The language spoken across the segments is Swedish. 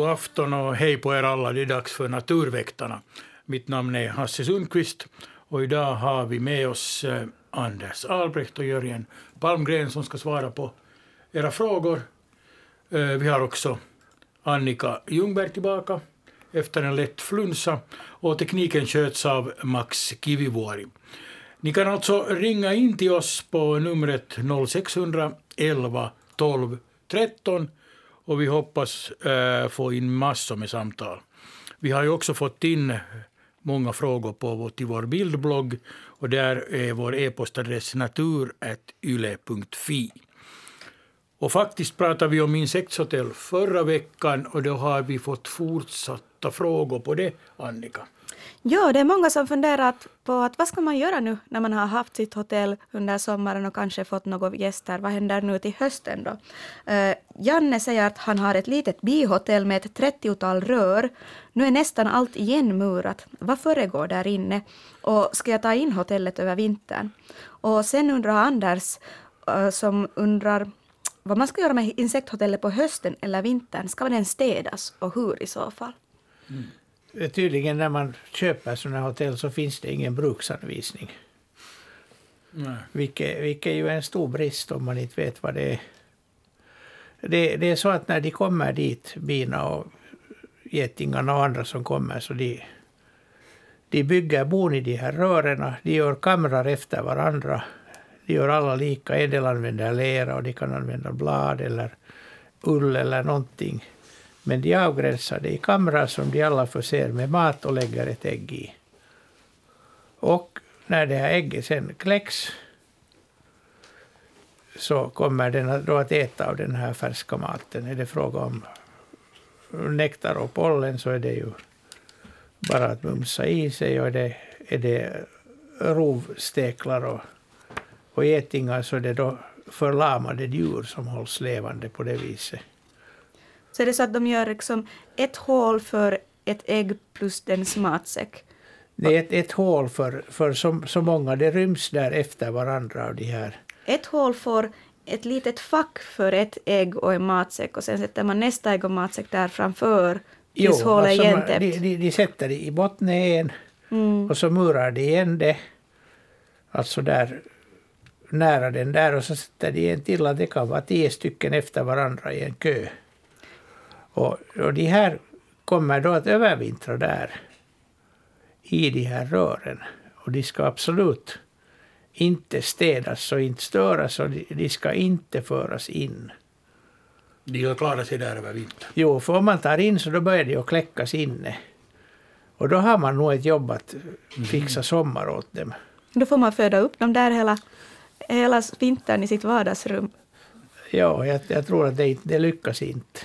God afton och hej på er alla, det är dags för Naturväktarna. Mitt namn är Hasse Sundqvist och idag har vi med oss Anders Albrecht och Jörgen Palmgren som ska svara på era frågor. Vi har också Annika Ljungberg tillbaka efter en lätt flunsa och tekniken sköts av Max Kivivuori. Ni kan alltså ringa in till oss på numret 0611 12 13 och vi hoppas få in massor med samtal. Vi har ju också fått in många frågor till vår bildblogg och där är vår e-postadress natur@yle.fi. Och faktiskt pratade vi om insektshotell förra veckan och då har vi fått fortsatta frågor på det, Annika. Ja, det är många som funderat på att vad ska man göra nu när man har haft sitt hotell under sommaren och kanske fått några gäster. Vad händer nu till hösten då? Janne säger att han har ett litet bihotell med ett 30-tal rör. Nu är nästan allt igenmurat. Vad föregår där inne? Och ska jag ta in hotellet över vintern? Och sen undrar Anders som undrar vad man ska göra med insekthotellet på hösten eller vintern. Ska den städas och hur i så fall? Tydligen när man köper sådana hotell så finns det ingen bruksanvisning. Nej. Vilket är ju en stor brist om man inte vet vad det är. Det är så att när de kommer dit, bina och getingarna och andra som kommer, så de bygger bon i de här rören, de gör kamrar efter varandra. De gör alla lika, en del använder lera och de kan använda blad eller ull eller någonting. Men de avgränsar det i kamrar som de alla förser med mat och lägger ett ägg i. Och när det här ägget sen kläcks så kommer den då att äta av den här färska maten. Är det fråga om nektar och pollen så är det ju bara att mumsa i sig. Och är det rovsteklar och getingar så är det då förlamade djur som hålls levande på det viset. Så är det så att de gör liksom ett hål för ett ägg plus dens matsäck? Det är ett hål för så många, det ryms där efter varandra av de här. Ett hål får ett litet fack för ett ägg och en matsäck och sen sätter man nästa ägg och matsäck där framför tills hålet är igentäppt. De sätter det i botten och så murar de igen det. Alltså där nära den där och så sätter de en till att det kan vara 10 stycken efter varandra i en kö. Och de här kommer då att övervintra där i de här rören. Och de ska absolut inte städas och inte störas och de ska inte föras in. De har klarat sig där över vintern. Jo, för om man tar in så då börjar de att kläckas inne. Och då har man nog ett jobb att fixa sommar åt dem. Då får man föda upp dem där hela vintern i sitt vardagsrum. Ja, jag tror att det lyckas inte.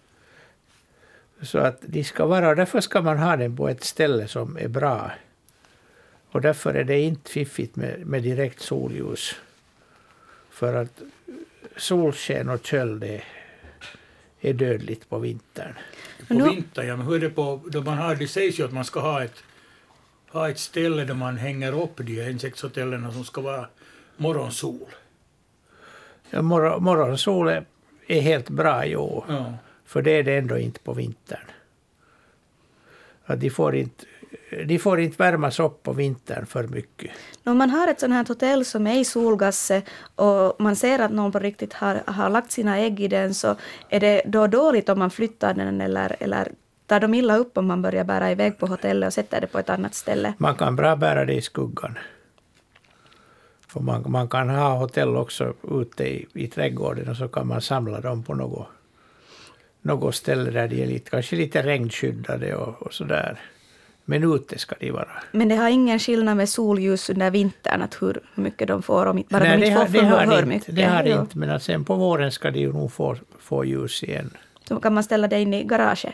Så att de ska vara, och därför ska man ha den på ett ställe som är bra. Och därför är det inte fiffigt med direkt solljus. För att solsken och köld är dödligt på vintern. På vintern, ja, men hur är det på, då man har, det sägs ju att man ska ha ett ställe där man hänger upp de här insektshotellerna som ska vara morgonsol. Ja, morgonsol är helt bra, jo. Ja. För det är det ändå inte på vintern. Att de får inte värmas upp på vintern för mycket. Om man har ett sånt här hotell som är i solgasse och man ser att någon på riktigt har lagt sina ägg i den, så är det då dåligt om man flyttar den eller tar de illa upp om man börjar bära iväg på hotellet och sätter det på ett annat ställe? Man kan bra bära det i skuggan. För man kan ha hotell också ute i trädgården och så kan man samla dem på något ställe där de är kanske lite regnskyddade och sådär. Men ute ska de vara. Men det har ingen skillnad med solljus under vintern att hur mycket de får om bara de inte får för mycket? Det har inte, men att sen på våren ska de ju nog få ljus igen. Så kan man ställa det in i garaget?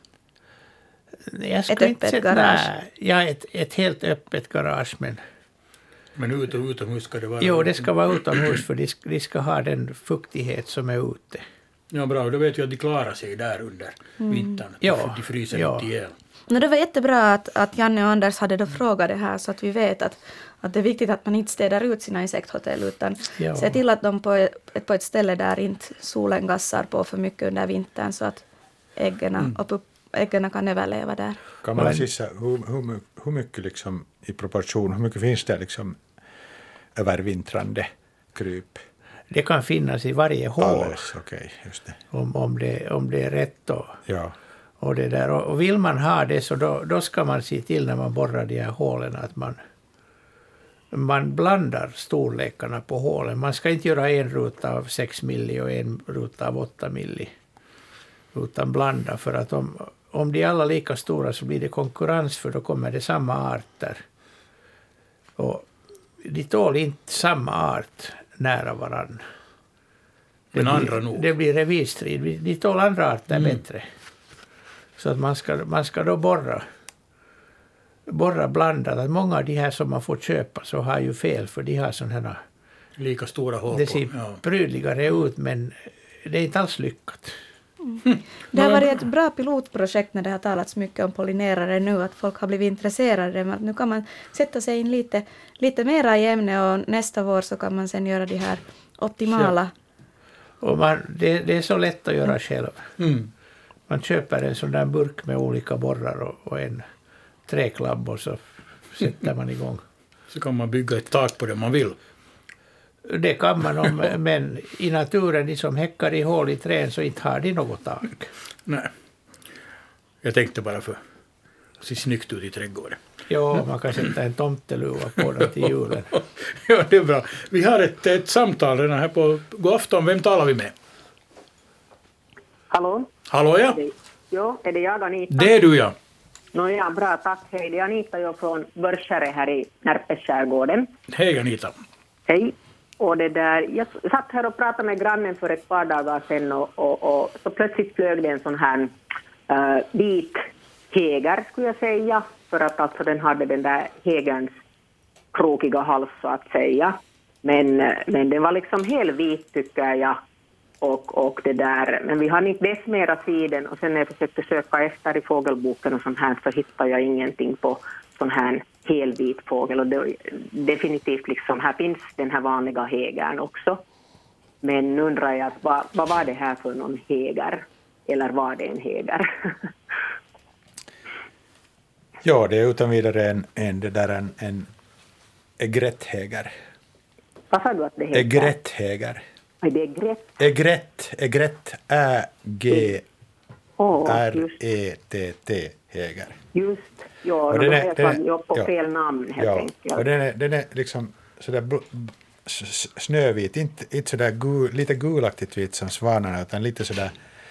Ett öppet garage? Ja, ett helt öppet garage. Men utomhus ska det vara? Jo, det ska vara utomhus för de ska ha den fuktighet som är ute. Ja, bra. Då vet vi att de klarar sig där under vintern. Ja. De fryser inte ihjäl. Det var jättebra att Janne och Anders hade då frågat det här så att vi vet att det är viktigt att man inte städar ut sina insekthotell utan se till att de på ett ställe där inte solen gassar på för mycket under vintern så att äggen och äggen kan överleva där. Kan man gissa hur mycket liksom, i proportion, hur mycket finns det liksom övervintrande kryp? Det kan finnas i varje hål. Alldeles, okej, just det. Om det är rätt Ja. och det där. Och vill man ha det så då ska man se till när man borrar de här hålen att man blandar storlekarna på hålen. Man ska inte göra en ruta av 6 milli och en ruta av 8 milli. Utan blanda, för att om de är alla lika stora så blir det konkurrens, för då kommer det samma arter. Och de tål inte samma art nära varann. Det blir revirstrid. De tål andra arter bättre. Så att man ska då borra blandat. Att många av de här som man får köpa så har ju fel, för de har sådana här Lika stora hål. det ser prydligare ut, men det är inte alls lyckat. Det har varit ett bra pilotprojekt när det har talats mycket om pollinerare nu, att folk har blivit intresserade. Men nu kan man sätta sig in lite mera i ämne, och nästa vår så kan man sen göra de här optimala. Och det är så lätt att göra själv. Man köper en sån där burk med olika borrar och en träklabb, och så sätter man igång. Så kan man bygga ett tak på det man vill. Det kan man, men i naturen, de som häckar i hål i trän, så inte har de något tak. Nej. Jag tänkte bara för att se snyggt ut i trädgården. Ja, man kan sätta en tomteluva på den till julen. Ja, det är bra. Vi har ett samtal redan här på God afton. Vem talar vi med? Hallå? Hallå, ja. Jo, är det jag, Anita? Det är du, ja. Ja, bra, tack. Hej, det är Anita jag från Börsare här i Närpeskärgården. Hej, Anita. Hej. Och det där, jag satt här och pratade med grannen för ett par dagar sedan, och så plötsligt flög det en sån här vit häger, skulle jag säga. För att alltså den hade den där hägerns krokiga hals, så att säga. Men den var liksom helt vit, tycker jag. Och det där, men vi har inte dess mera sidan, och sen när jag försökte söka efter i fågelboken och sånt här, så hittade jag ingenting på sån här helvit fågel, och det, definitivt liksom, här finns den här vanliga hägern också. Men nu undrar jag, vad var det här för någon häger? Eller var det en häger? Ja, det är utan vidare en egretthäger. Vad sa du att det heter? Egretthäger. Det är grätt. Egret, Ägrettt, häger. Just, ja, då heter jag på fel namn helt enkelt. Och den är liksom sådär snövit, inte sådär lite gulaktigt vit som svanarna, utan lite sådär,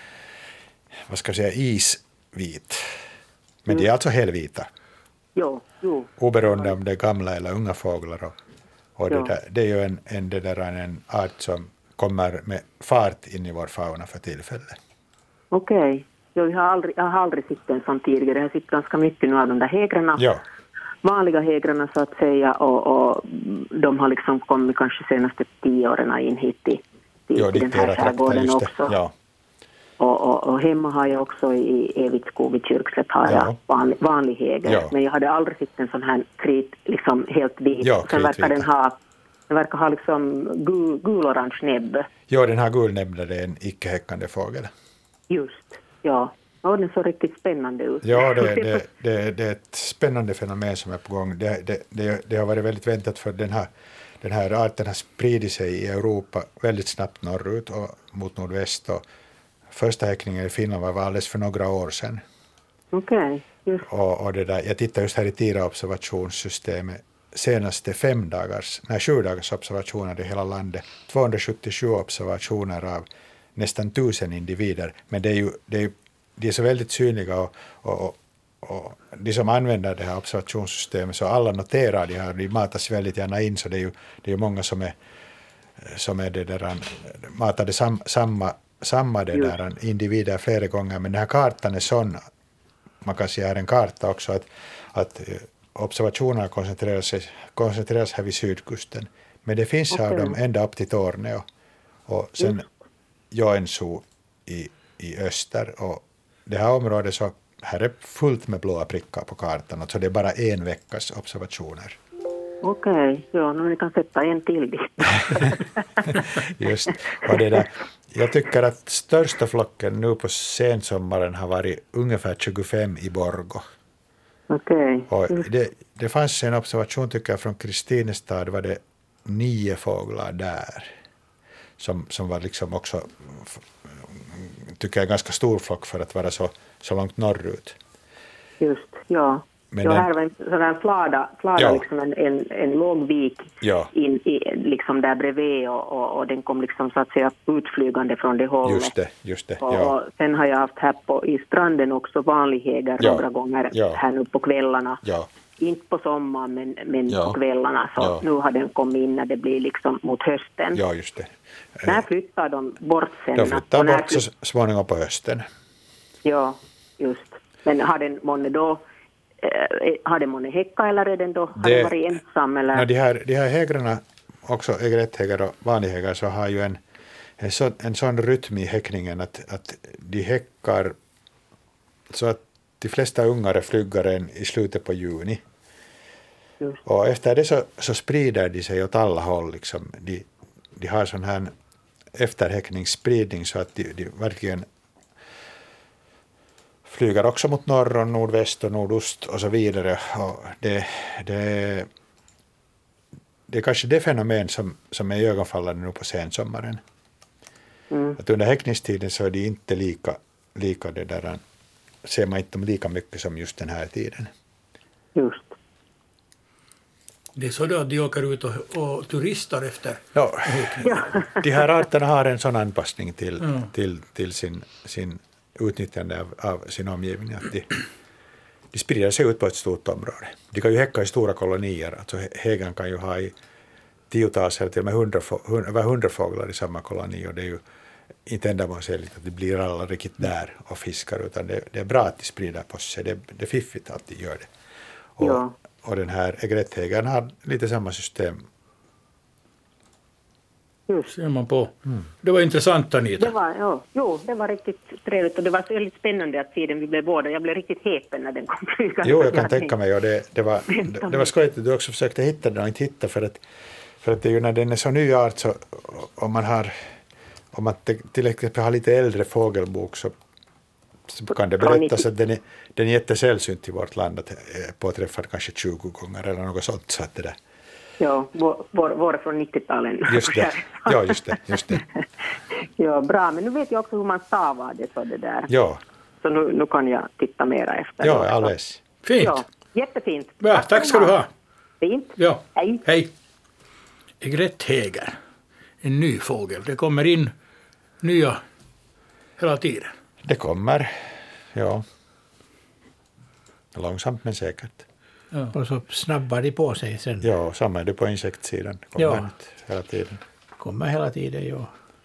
vad ska jag säga, isvit. Men det är alltså helvita. Jo. Oberoende om det är gamla eller unga fåglar. Och det är ju en art som kommer med fart in i vår fauna för tillfället. Okej. Jag har aldrig sett en sån tidigare. Jag har sett ganska mycket nu av de där hägrarna. Ja. Vanliga hägrarna, så att säga, och de har liksom kommit kanske senaste 10 åren in hit till den här skärgården också. Ja. Och hemma har jag också i Evitskog i Kyrkslätt har jag vanlig häger. Ja. Men jag hade aldrig sett en sån här liksom helt vit. Ja, sen verkar den verkar ha liksom gul-orange näbb. Ja, den här gulnäbbade, det är en icke-häckande fågel. Just, ja. Ja, den såg riktigt spännande ut. Ja, det är ett spännande fenomen som är på gång. Det har varit väldigt väntat, för den här arten har spridit sig i Europa väldigt snabbt norrut och mot nordväst. Och första häckningen i Finland var alldeles för några år sedan. Okej, just. Och det där, jag tittar just här i TIRA-observationssystemet. Senaste 7 dagars observationer i hela landet. 277 observationer av nästan 1000 individer. Men de är så väldigt synliga, och de som använder det här observationssystemet, så alla noterar det här, de matas väldigt gärna in, så det är ju många som är det där, matade samma det där individer flera gånger. Men den här kartan är sån, man kan se här en karta också, att observationerna koncentreras här vid sydkusten. Men det finns av dem ända upp till Torneo. Och sen Joensuu i öster. Och det här området, så här är fullt med blåa prickar på kartan. Så det är bara 1 veckas observationer. Okej, ja, nu kan sätta en till dit. Just. Och det där, jag tycker att största flocken nu på sensommaren har varit ungefär 25 i Borgå. Okej. Och det fanns en observation tycker jag från Kristinestad, var det 9 fåglar där. Som var liksom också, tycker jag, ganska stor flock för att vara så långt norrut. Just, ja. Men här var en sån här flada ja. liksom en låg vik in i, liksom där bredvid och den kom liksom så att säga utflygande från det hållet. Just det. Och sen har jag haft här i stranden också vanlig häger några gånger här nu på kvällarna. Ja. Inte på sommaren men på kvällarna. Så nu har den kommit in när det blir liksom mot hösten. Ja, just det. När flyttar de bort sen? De flyttar bort så småningom på hösten. Ja, just. Men har den månne häcka eller är den då har den varit ensam? Eller? Ja, de här hägrarna, också ägrätthägar och vanlighägar, så har ju en sån rytm i häckningen att de häckar så att de flesta ungar är flyggare i slutet på juni. Just. Och efter det så sprider de sig åt alla håll. Liksom. De har sån här efterhäckningsspridning så att de verkligen flyger också mot norr och nordväst och nordost och så vidare. Och det är kanske det fenomen som är ögonfallande nu på sensommaren. Att under häckningstiden så är de inte lika det där, ser man inte dem lika mycket som just den här tiden. Just. Det är så då att de åker ut och turistar efter. Ja. De här arterna har en sån anpassning till sin utnyttjande av sin omgivning att de sprider sig ut på ett stort område. De kan ju häcka i stora kolonier. Alltså hägern kan ju ha i tiotals eller till och med över 100 fåglar i samma koloni, och det är ju inte ändamålsenligt att det blir alla riktigt där och fiskar, utan det är bra att de sprider på sig. Det är fiffigt att de gör det. Och den här ägrätthägern har lite samma system. Ser man på. Det var intressant, Anita. Det var riktigt trevligt och det var väldigt spännande att se den. Vi blev båda. Jag blev riktigt häpen när den kom flygande. Jo, jag kan tänka mig. Och det var skojigt att du också försökte hitta den och inte hitta, för att det är ju när den är så ny art, så om man till exempel har lite äldre fågelbok så kan det berättas att den är jättesällsynt i vårt land, att påträffad kanske 20 gånger eller något sånt. Så att det där. Ja, vår från 90-talen. Just det. Ja, just det. Ja, bra. Men nu vet jag också hur man stavar det så det där. Ja. Så nu kan jag titta mera efter. Ja, alldeles. Fint. Ja, jättefint. Ja, tack ska du ha. Fint. Ja. Hej. Ägrätthäger, en ny fågel. Det kommer in nya hela tiden. Det kommer, ja. Långsamt men säkert. Ja. Och så snabbar de på sig sen. Ja, samma är det på insektsidan. Kommer hela tiden. Kommer hela tiden, ja.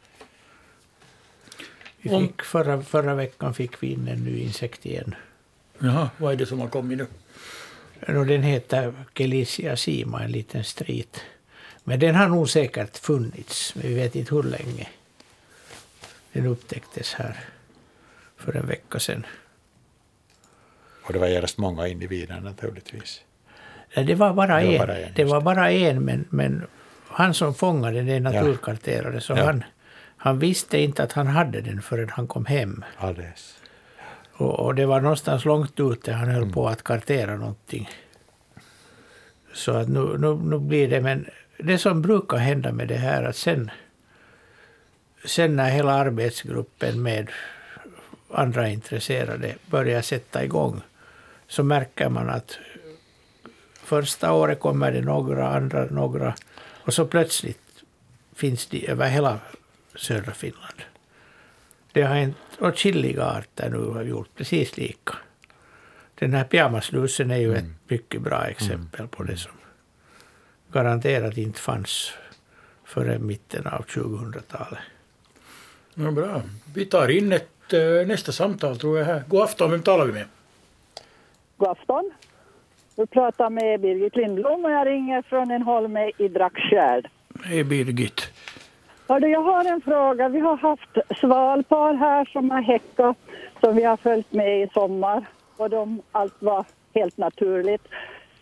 Vi fick förra veckan fick vi in en ny insekt igen. Jaha, vad är det som har kommit nu? Den heter Gelisia sima, en liten strit. Men den har nog säkert funnits, men vi vet inte hur länge. Den upptäcktes här för en vecka sedan. Och det var genast många individer naturligtvis. Det var bara en. Det var bara en, men han som fångade den naturkarterade, så han visste inte att han hade den förrän han kom hem. Alldeles. Och det var någonstans långt ute, han höll på att kartera någonting. Så att nu blir det, men det som brukar hända med det här, att sen när hela arbetsgruppen med andra intresserade börjar sätta igång, så märker man att första året kommer det några, andra några, och så plötsligt finns de över hela södra Finland. Det har hänt åtskilliga arter nu har gjort precis lika. Den här pyjamaslusen är ju ett mycket bra exempel på det som garanterat inte fanns före mitten av 2000-talet. Ja, bra. Vi tar in nästa samtal tror jag här. God afton, vem talar vi med? God afton. Du pratar med Birgit Lindblom och jag ringer från en holme i Drackskärd. Hej Birgit. Hörde, jag har en fråga. Vi har haft svalpar här som har häckat, som vi har följt med i sommar. Och allt var helt naturligt.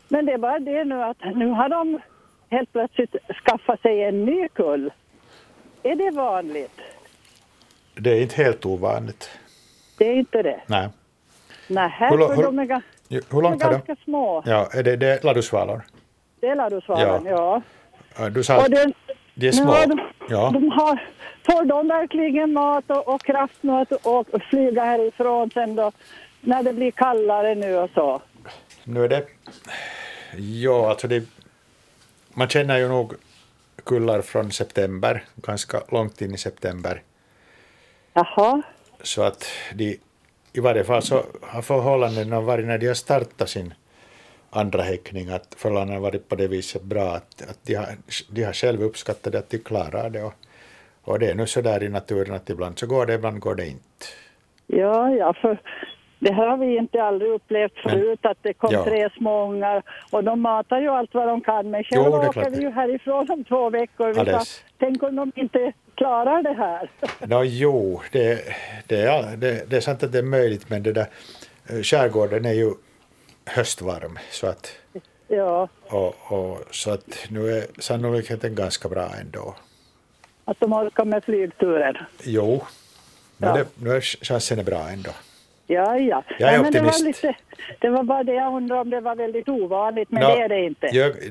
Men det är bara det nu att nu har de helt plötsligt skaffat sig en ny kull. Är det vanligt? Det är inte helt ovanligt. Det är inte det? Nej. Nej, för de är, hur långt de är har ganska små. Ja, är det ladusvalor? Det är ladusvalan, ja. Du sa att de är små. Får de verkligen mat och kraft nu att flyga härifrån sen då, när det blir kallare nu och så? Nu är det... Ja, alltså man känner ju nog kullar från september, ganska långt in i september. Jaha. Så att i varje fall så har förhållandena varit när de har startat sin andra häckning, att förhållandena har varit på det viset bra att de har själv uppskattat att de klarar det. Och det är nu så där i naturen att ibland så går det, ibland går det inte. Ja, för det här har vi inte aldrig upplevt förut, att det kom 3 små ungar och de matar ju allt vad de kan, men själva åker vi ju härifrån om 2 veckor. Tänk om de inte klarar det här. Det är sant att det är möjligt, men det där skärgården är ju höstvarm, så att och så att nu är sannolikheten ganska bra ändå. Att de orkar med flygturen? Jo, nu är chansen bra ändå. Ja. Jag är optimist. Det var bara det jag undrar om det var väldigt ovanligt, men det är det inte.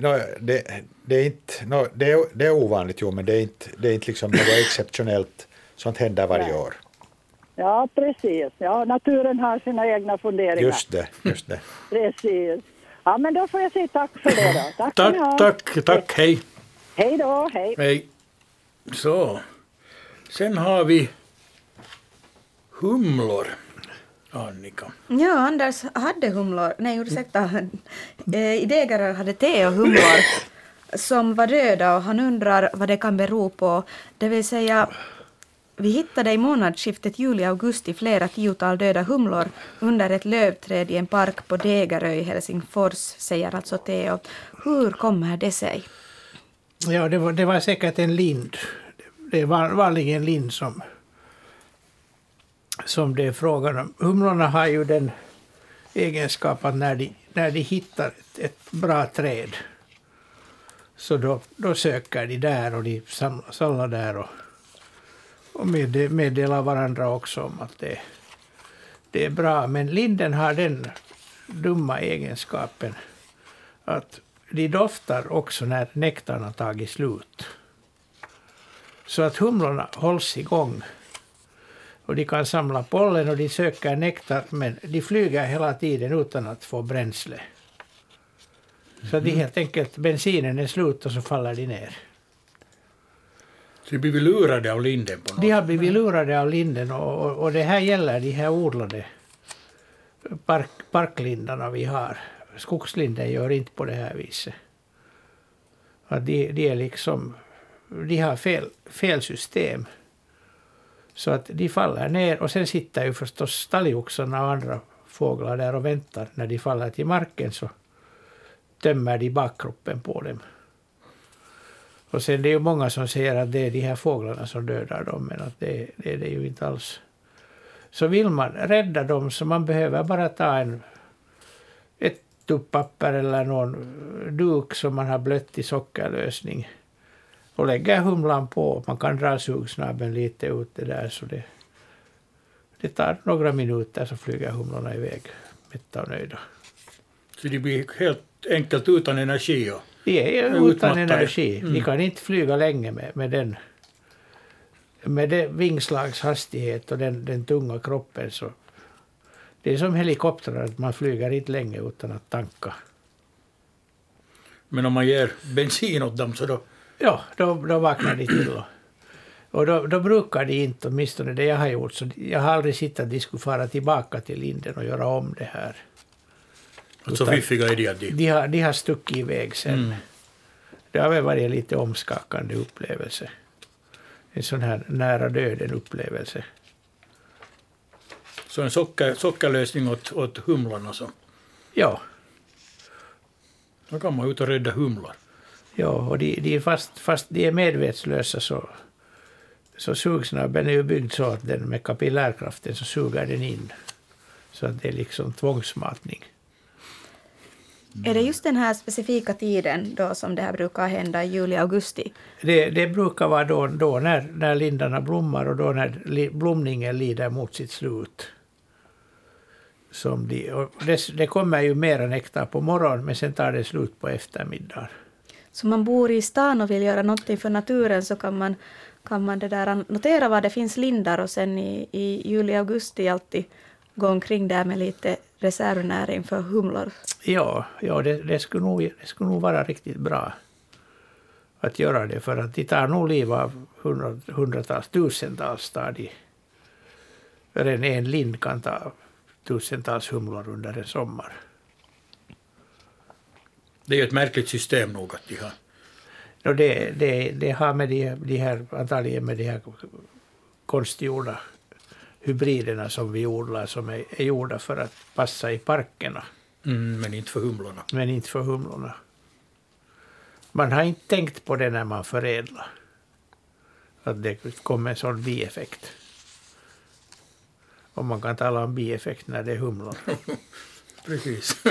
Det är ovanligt, men det är inte liksom något exceptionellt. Sånt händer varje år. Ja, precis. Ja, naturen har sina egna funderingar. Just det. Precis. Ja, men då får jag säga tack för det då. Tack, hej. Hej då, hej. Hej. Så, sen har vi humlor. Annika. Ja, Anders hade humlor. Nej, ursäkta. I Degerö hade Theo humlor som var döda och han undrar vad det kan bero på. Det vill säga, vi hittade i månadsskiftet juli-augusti flera 10-tal döda humlor under ett lövträd i en park på Degerö i Helsingfors, säger alltså Theo. Hur kommer det sig? Ja, det var säkert en lind. Det var vanligen lind som det är frågan om. Humlorna har ju den egenskap att när de hittar ett bra träd, så då söker de där och de samlar där och meddelar varandra också om att det är bra. Men linden har den dumma egenskapen att de doftar också när nektarn har tagit slut. Så att humlorna hålls igång. Och de kan samla pollen och de söker nektar, men de flyger hela tiden utan att få bränsle. Så de helt enkelt, bensinen är slut och så faller de ner. Så de blir lurade av linden på något? De har blivit lurade av linden och det här gäller de här odlade parklindarna vi har. Skogslinden gör inte på det här viset. Att de är liksom, de har fel system. Så att de faller ner och sen sitter ju förstås talgoxarna och andra fåglar där och väntar. När de faller till marken så tömmer de bakkroppen på dem. Och sen det är ju många som säger att det är de här fåglarna som dödar dem, men att det är det ju inte alls. Så vill man rädda dem så man behöver bara ta ett tuppapper eller någon duk som man har blött i sockerlösning. Och lägger humlan på. Man kan dra sugsnabben lite ut det där så det tar några minuter så flyger humlorna iväg mätta och nöjda. Så de blir helt enkelt utan energi? De är utan energi. De kan inte flyga länge med det vingslags hastighet och den tunga kroppen. Så det är som helikoptrar, att man flyger inte länge utan att tanka. Men om man ger bensin åt dem så då? Ja, då vaknar de till. Och då brukar de inte, åtminstone det jag har gjort. Så jag har aldrig sett att de skulle fara tillbaka till linden och göra om det här. Så fiffiga är de att de har stuckit iväg sen. Det har väl varit en lite omskakande upplevelse. En sån här nära döden upplevelse. Så en sockerlösning åt humlorna så? Ja. Då kan man ut och rädda humlor. Ja, och de är fast de är medvetslösa så sugsnabben är ju byggd så att den med kapillärkraften så suger den in. Så att det är liksom tvångsmatning. Är det just den här specifika tiden då som det här brukar hända, i juli-augusti? Det brukar vara då när lindarna blommar och då när blomningen lider mot sitt slut. Det kommer ju mera nektar på morgonen, men sen tar det slut på eftermiddagen. Så man bor i stan och vill göra någonting för naturen, så kan man det där notera var det finns lindar och sen i juli-augusti alltid gå omkring där med lite reservnäring för humlor. Ja, det skulle nog vara riktigt bra att göra det, för att de tar nog liv av hundratals, tusentals stadier. För en lind kan ta tusentals humlor under en sommar. Det är ju ett märkligt system nog att de har. Och det har med de här, antagligen med de här konstgjorda hybriderna som vi odlar, som är gjorda för att passa i parkerna. Men inte för humlorna. Man har inte tänkt på det när man förädlar. Att det kommer en sån bieffekt. Och man kan tala om bieffekt när det är humlor. Precis.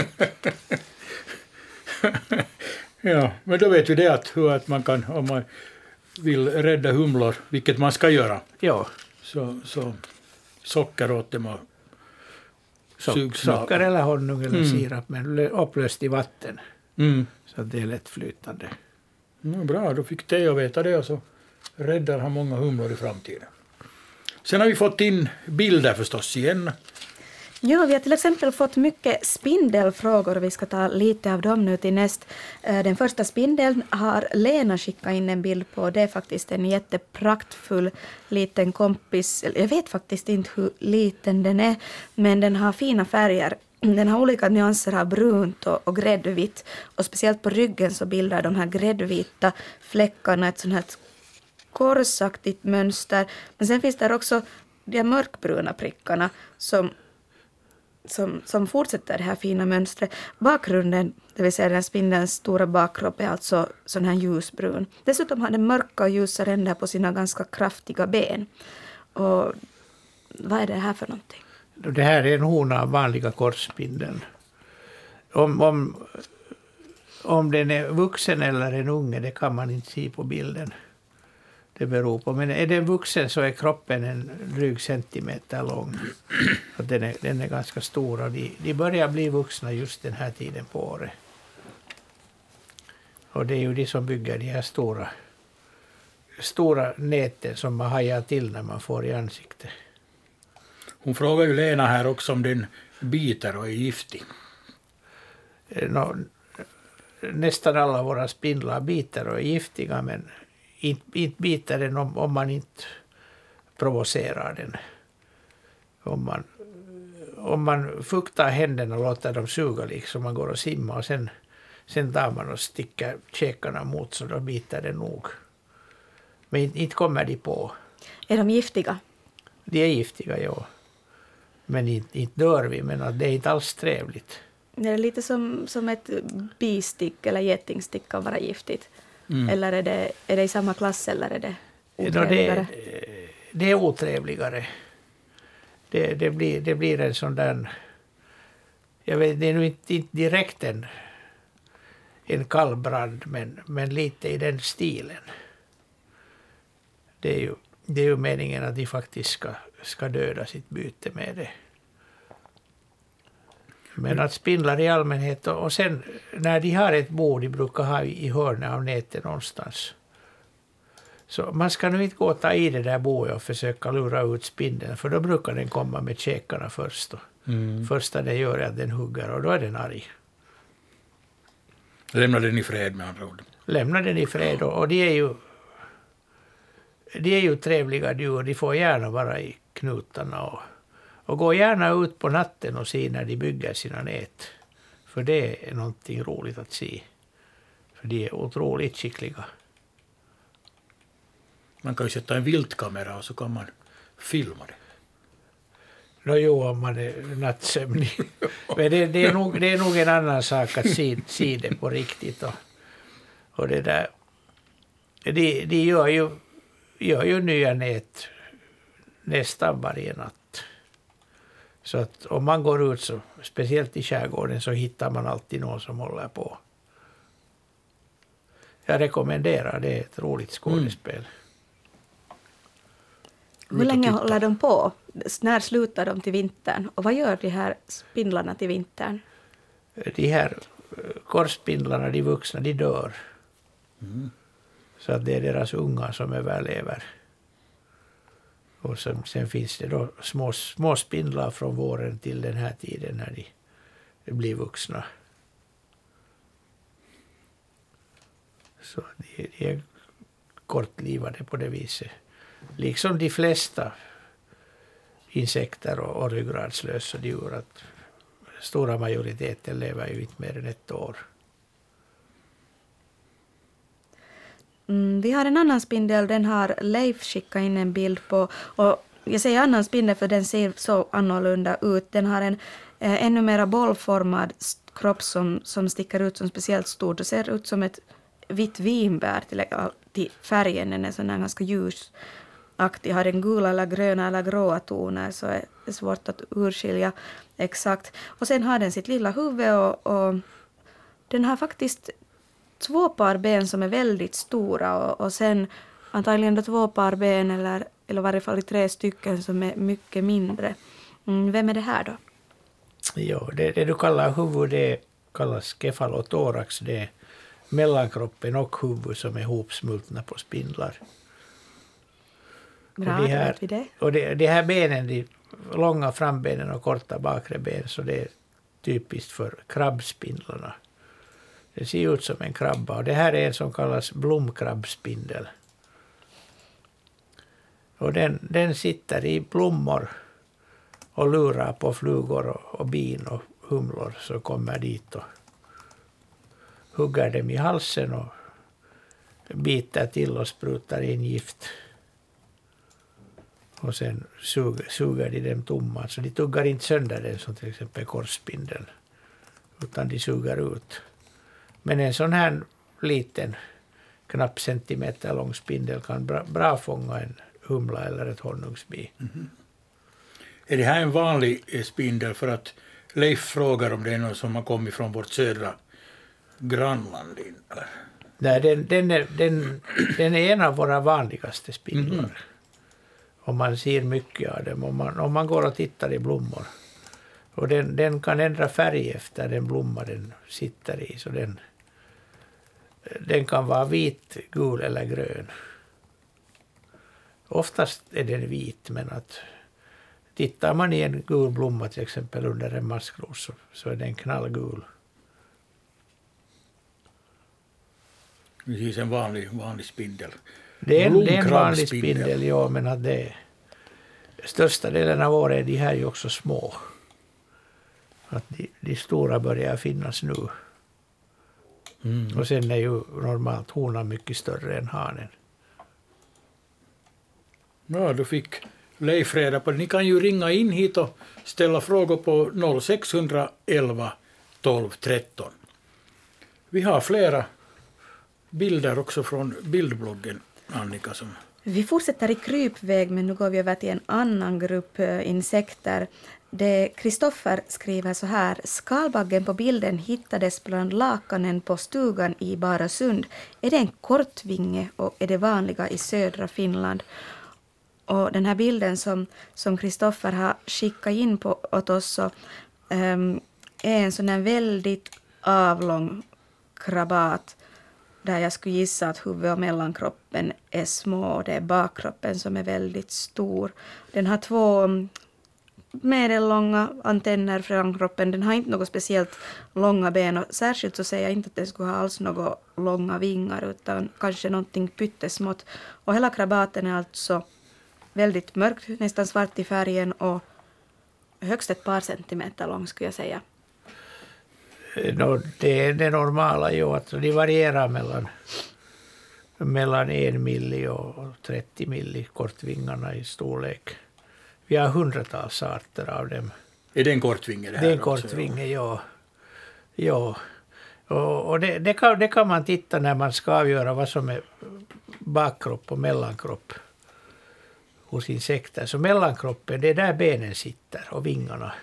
Ja, men då vet vi det att man kan, om man vill rädda humlor, vilket man ska göra. Ja. Så socker åt dem och socker eller honung eller sirap, men upplöst i vatten. Så att det är lättflytande. Bra, då fick Teo veta det, och så räddar han många humlor i framtiden. Sen har vi fått in bilder förstås igen. Ja, vi har till exempel fått mycket spindelfrågor och vi ska ta lite av dem nu till näst. Den första spindeln har Lena skickat in en bild på. Det är faktiskt en jättepraktfull liten kompis. Jag vet faktiskt inte hur liten den är, men den har fina färger. Den har olika nyanser av brunt och gräddvitt, och speciellt på ryggen så bildar de här gräddvita fläckarna ett sånt här korsaktigt mönster. Men sen finns det också de mörkbruna prickarna som fortsätter det här fina mönstret. Bakgrunden, det vill säga den spindelns stora bakkropp, är alltså sån här ljusbrun. Dessutom har den mörka och ljusa ränder på sina ganska kraftiga ben. Och vad är det här för någonting? Det här är en hona av vanliga korsspindeln. Om den är vuxen eller en unge, det kan man inte se på bilden. Det beror på. Men är den vuxen så är kroppen en dryg centimeter lång. Så den är ganska stor, och de börjar bli vuxna just den här tiden på året. Och det är ju de som bygger de här stora näten som man hajar till när man får i ansiktet. Hon frågar ju Lena här också om den biter och är giftig. Nästan alla våra spindlar biter och är giftiga, men inte biter den om man inte provocerar den. Om man fuktar händerna och låter dem suga liksom man går och simmar, och sen tar man och sticker käkarna mot, så då biter den nog. Men inte kommer de på. Är de giftiga? De är giftiga, ja. Men inte dör vi, men det är inte alls trevligt. Det är lite som ett bistick eller getingstick kan vara giftigt. Eller är det i samma klass, eller är det otrevligare? Det är otrevligare. Det blir en sån där... Jag vet, det är nu inte direkt en kallbrand, men lite i den stilen. Det är ju meningen att de faktiskt ska döda sitt byte med det. Men att spindlar i allmänhet, och sen när de har ett bo, de brukar ha i hörnet av nätet någonstans. Så man ska nu inte gå och ta i det där boet och försöka lura ut spindeln, för då brukar den komma med käkarna först. Första det gör är att den hugger, och då är den arg. Lämna den i fred med andra ord. Lämna den i fred, och de är ju trevliga djur, de får gärna vara i knutarna och gå gärna ut på natten och se när de bygger sina nät. För det är någonting roligt att se. För de är otroligt skickliga. Man kan ju sätta en viltkamera och så kan man filma det. Jo, om man är nattsömnig. Men det är nog en annan sak att se det på riktigt. Och det där... De gör ju nya nät nästan varje natt. Så att om man går ut, så, speciellt i skärgården, så hittar man alltid någon som håller på. Jag rekommenderar det, är ett roligt skådespel. Hur länge håller de på? När slutar de till vintern? Och vad gör de här spindlarna till vintern? De här korsspindlarna, de vuxna, de dör. Så att det är deras unga som överlever. Och sen finns det då små spindlar från våren till den här tiden när de blir vuxna. Så de är kortlivade på det viset. Liksom de flesta insekter och ryggradslösa djur. Att stora majoriteten lever ju inte mer än ett år. Vi har en annan spindel, den har Leif skickat in en bild på. Och jag säger annan spindel för den ser så annorlunda ut. Den har en ännu mer bollformad kropp som sticker ut som speciellt stor. Det ser ut som ett vitt vinbär till färgen. Den är sån här ganska ljusaktig. Har den gula eller gröna eller gråa toner, så är det svårt att urskilja exakt. Och sen har den sitt lilla huvud och den har faktiskt 2 par ben som är väldigt stora och sen antagligen 2 par ben eller i varje fall 3 stycken som är mycket mindre. Vem är det här då? Ja, det du kallar huvud, det kallas kefalotorax. Det är mellankroppen och huvud som är hopsmultna på spindlar. Bra, och vet vi det. Och de här benen, de långa frambenen och korta bakre ben, så det är typiskt för krabbspindlarna. Det ser ut som en krabba, och det här är en som kallas blomkrabbspindel. Och den sitter i blommor och lurar på flugor och bin och humlor, så kommer dit och hugger dem i halsen och biter till och sprutar in gift. Och sen suger de dem tomma. Så de tuggar inte sönder den som till exempel korsspindeln, utan de suger ut. Men en sån här liten, knappt centimeter lång spindel kan bra fånga en humla eller ett honungsbi. Är det här en vanlig spindel? För att Leif frågar om det är någon som har kommit från vårt södra grannland. Eller? Nej, den är en av våra vanligaste spindlar. Och man ser mycket av dem om man går och tittar i blommor. Och den kan ändra färg efter den blomma den sitter i. Så den kan vara vit, gul eller grön. Oftast är den vit, men att tittar man i en gul blomma till exempel under en maskros, så är den knallgul. Det är en vanlig spindel. Det är en vanlig spindel, ja, men att största delen av året är de här ju också små. Att de stora börjar finnas nu. Och sen är ju normalt honan mycket större än hanen. Ja, då fick Leif reda på det. Ni kan ju ringa in hit och ställa frågor på 0611 12 13. Vi har flera bilder också från bildbloggen, Annika. Vi fortsätter i krypväg, men nu går vi över till en annan grupp insekter. Kristoffer skriver så här: skalbaggen på bilden hittades bland lakanen på stugan i Barasund. Är det en kortvinge och är det vanliga i södra Finland? Och den här bilden som Kristoffer har skickat in åt oss, så är en sån här väldigt avlång krabat, där jag skulle gissa att huvud och mellankroppen är små och det är bakkroppen som är väldigt stor. Den har 2 medellånga antenner från kroppen. Den har inte något speciellt långa ben, och särskilt så säger jag inte att den skulle ha alls några långa vingar, utan kanske någonting pyttesmått. Och hela krabaten är alltså väldigt mörk, nästan svart i färgen och högst ett par centimeter lång, skulle jag säga. Det är det normala ju, att de varierar mellan 1 milli och 30 milli kortvingarna i storlek. Vi har hundratals arter av dem. Är det en kortvinge det här? Det är en kortvinge, ja. Ja. Och det kan man titta när man ska avgöra vad som är bakkropp och mellankropp hos insekter. Så mellankroppen, det är där benen sitter och vingarna.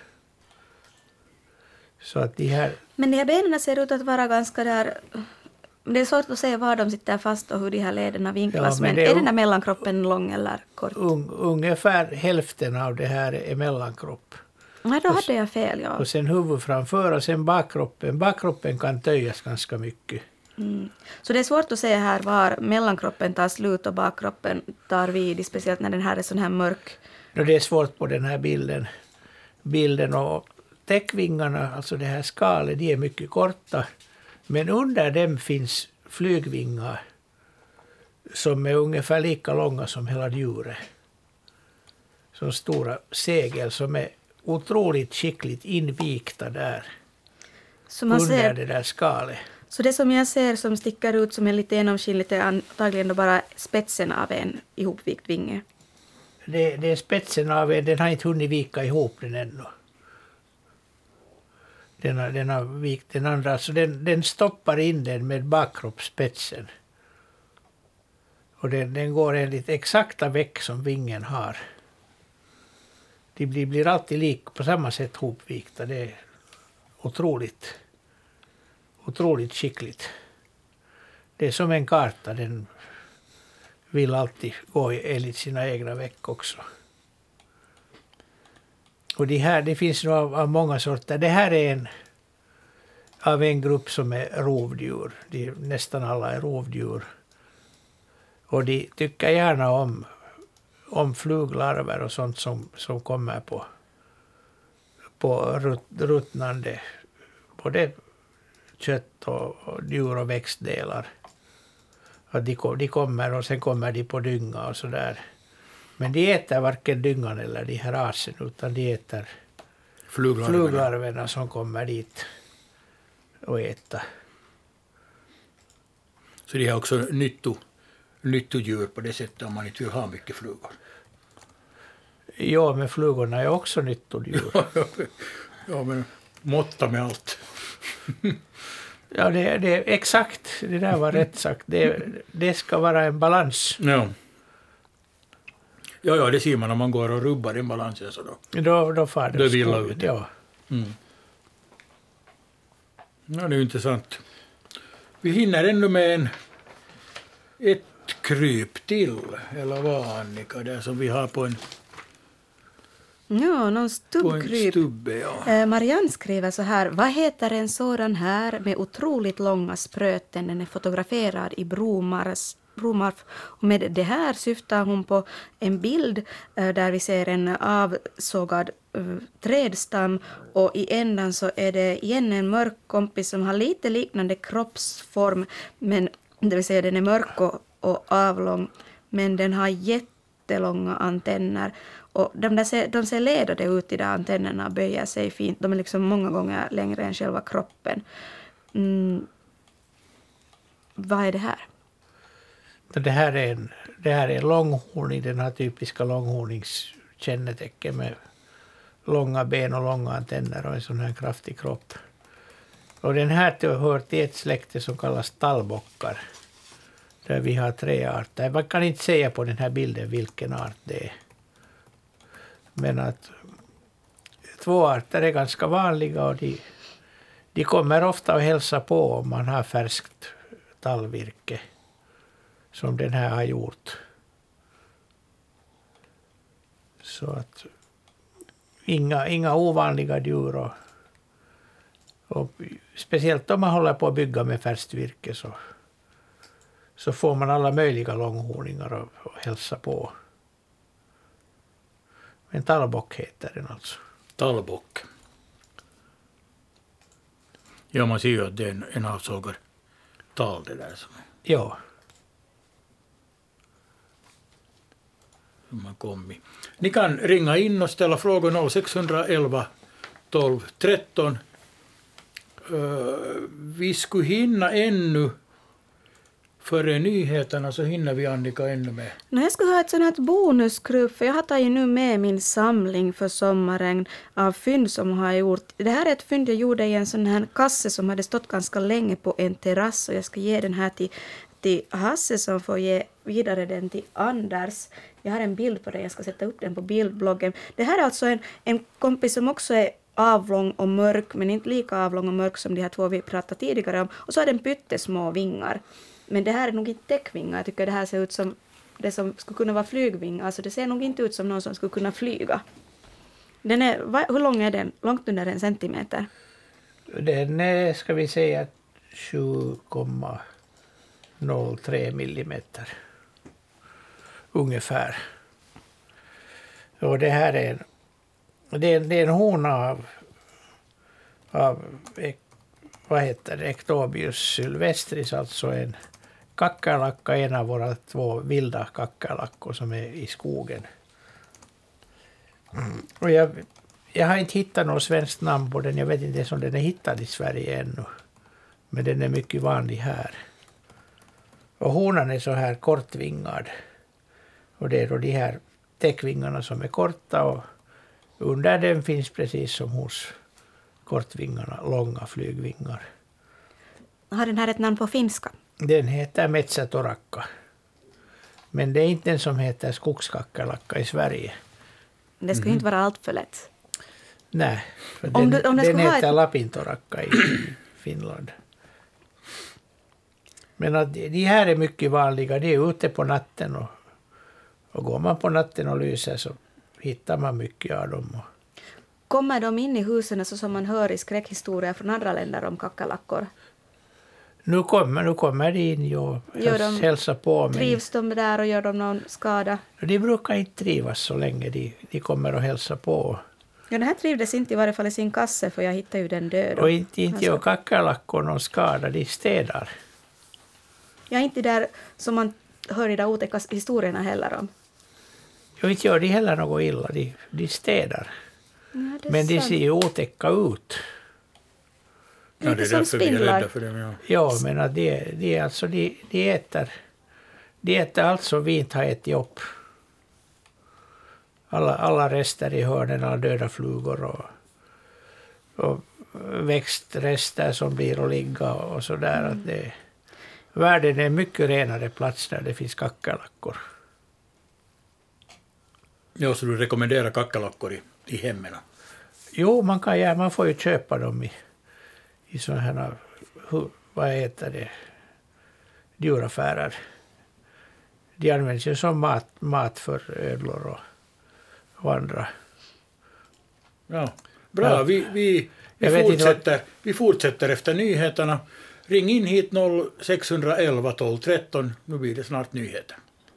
Så att Men de här benen ser ut att vara ganska där... Det är svårt att säga var de sitter fast och hur de här lederna vinklas. Men är den där mellankroppen lång eller kort? Ungefär hälften av det här är mellankropp. Nej, då hade jag fel, ja. Och sen huvud framför och sen bakkroppen. Bakkroppen kan töjas ganska mycket. Så det är svårt att säga här var mellankroppen tar slut och bakkroppen tar vid, speciellt när den här är sån här mörk. Det är svårt på den här bilden och täckvingarna, alltså det här skalet, de är mycket korta. Men under dem finns flygvingar som är ungefär lika långa som hela djuret. Så stora segel som är otroligt skickligt invikta där under det där skalet. Så det som jag ser som sticker ut som är lite genomskinligt är antagligen då bara spetsen av en ihopvikt vinge. Det är spetsen av en, den har inte hunnit vika ihop den ännu. Den har vikt den andra, så den stoppar in den med bakkroppsspetsen. Och den går enligt exakta veck som vingen har. De blir alltid på samma sätt hopvikta. Det är otroligt skickligt. Det är som en karta, den vill alltid gå enligt sina egna veck också. Och det finns nog av många sorter. Det här är av en grupp som är rovdjur. Nästan alla är rovdjur. Och de tycker gärna om fluglarver och sånt som kommer på ruttnande både kött och djur och växtdelar. Att de kommer och sen kommer de på dynga och sådär. Men de äter varken dyngan eller de här rasen, utan de äter fluglarverna som kommer dit och äter. Så det är också nyttodjur på det sättet om man inte vill ha mycket flugor. Ja, men flugorna är också nyttodjur. Ja, men måtta med allt. Ja, det är exakt. Det där var rätt sagt. Det ska vara en balans. Ja, det ser man om man går och rubbar den balansen. Så då far det vill ut. Ja. Ja, det är intressant. Vi hinner ännu med ett kryp till. Eller vad, Annika, där som vi har på en... Ja, någon stubbkryp. Stubbe, ja. Marianne skriver så här: vad heter en sådan här med otroligt långa spröten? Den är fotograferad i Bromarf. Och med det här syftar hon på en bild där vi ser en avsågad trädstam, och i ändan så är det igen en mörk kompis som har lite liknande kroppsform, men det vill säga den är mörk och avlång, men den har jättelånga antenner. Och de ser ledade ut, i de antennerna böjer sig fint. De är liksom många gånger längre än själva kroppen. Vad är det här? Det här är en långhorning, den har typiska långhorningskännetecken med långa ben och långa antenner och en sån här kraftig kropp. Och den här hör till ett släkte som kallas tallbockar, där vi har 3 arter. Man kan inte säga på den här bilden vilken art det är. Men att 2 arter är ganska vanliga, och de kommer ofta att hälsa på om man har färskt tallvirke som den här har gjort. Så att inga ovanliga djur, och speciellt om man håller på att bygga med färskt virke så får man alla möjliga långhorningar och hälsa på. En tallbock heter den alltså. Tallbock. Ja, man ser ju att det är en avsågad tall det där som är. Ja. Som har kommit. Ni kan ringa in och ställa frågor 0611 12 13. Vi skulle hinna ännu före nyheterna, så hinner vi, Annika, ännu med. Jag skulle ha ett sånt här bonuskryp, för jag har tagit nu med min samling för sommaren av fynd som jag har gjort. Det här är ett fynd jag gjorde i en sån här kasse som hade stått ganska länge på en terrass, och jag ska ge den här till till Hasse som får ge vidare den till Anders. Jag har en bild på det, jag ska sätta upp den på bildbloggen. Det här är alltså en kompis som också är avlång och mörk, men inte lika avlång och mörk som de här två vi pratade tidigare om. Och så har den pyttesmå vingar. Men det här är nog inte täckvingar. Jag tycker det här ser ut som det som skulle kunna vara flygvingar. Alltså det ser nog inte ut som någon som skulle kunna flyga. Den är, hur lång är den? Långt under 1 centimeter. Den är, ska vi säga, 7,03 millimeter. Ungefär. Och det här är en hona av vad heter det, Ectobius sylvestris, alltså en kackerlacka, en av våra 2 vilda kackerlackor som är i skogen. Och jag har inte hittat något svenskt namn på den. Jag vet inte om den är hittad i Sverige ännu. Men den är mycket vanlig här. Och honan är så här kortvingad. Och det är då de här täckvingarna som är korta. Och under den finns precis som hos kortvingarna långa flygvingar. Har den här ett namn på finska? Den heter metsätorakka. Men det är inte den som heter skogskackerlacka i Sverige. Det skulle inte vara allt för lätt. Nej, för den heter lapintorakka i Finland. Men att de här är mycket vanliga, de är ute på natten och går man på natten och lyser så hittar man mycket av dem. Kommer de in i husen så som man hör i skräckhistorier från andra länder om kackerlackor? Nu kommer de in och hälsar på. Trivs de där och gör de någon skada? De brukar inte trivas så länge de kommer och hälsar på. Ja, den här trivdes inte i varje fall i sin kasse, för jag hittade ju den död. Och inte gör kackerlackor någon skada, de städar. Ja, inte där som man hör i de otäcka historierna heller om. Och inte gör de heller något illa, de städar. Ja, men de ser ju otäcka ut. Ja, det är därför vi är rädda för dem. Ja, ja, men att de äter allt som vi inte har ätit upp. Alla rester i hörnen av döda flugor och växtrester som blir att ligga och sådär. Att världen är en mycket renare plats där det finns kackerlackor. Ja, så du rekommenderar kackerlackor i hemmen? Jo, man får ju köpa dem i sådana här, vad heter det, djuraffärer. De används ju som mat för ödlor och andra. Ja, bra. Ja. Vi fortsätter efter nyheterna. Ring in hit 0611 12 13. Nu blir det snart nyheter.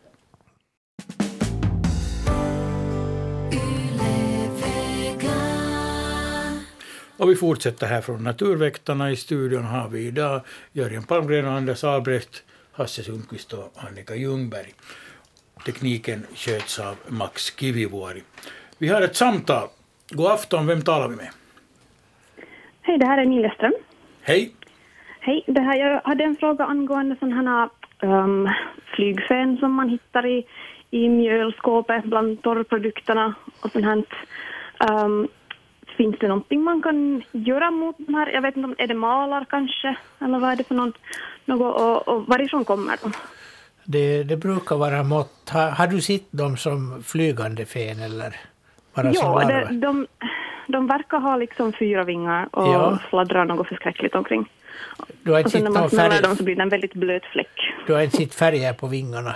Och vi fortsätter här från Naturväktarna. I studion har vi idag Jörgen Palmgren och Anders Albrecht, Hasse Sundqvist och Annika Ljungberg. Tekniken sköts av Max Kivivuori. Vi har ett samtal. God afton, vem talar vi med? Hej, det här är Emilia Ström. Hej. Hej, jag hade en fråga angående sådana här flygfän som man hittar i mjölskåpet bland torrprodukterna och sånt här. Finns det någonting man kan göra mot de här? Jag vet inte, är det malar kanske? Eller vad är det för något och varifrån kommer de? Det brukar vara mått. Har du sett dem som flygande fen eller bara som larver? De verkar ha liksom 4 vingar och fladdrar något förskräckligt omkring. Och sen när man smäller dem så blir det en väldigt blöt fläck. Du har inte sett färger på vingarna?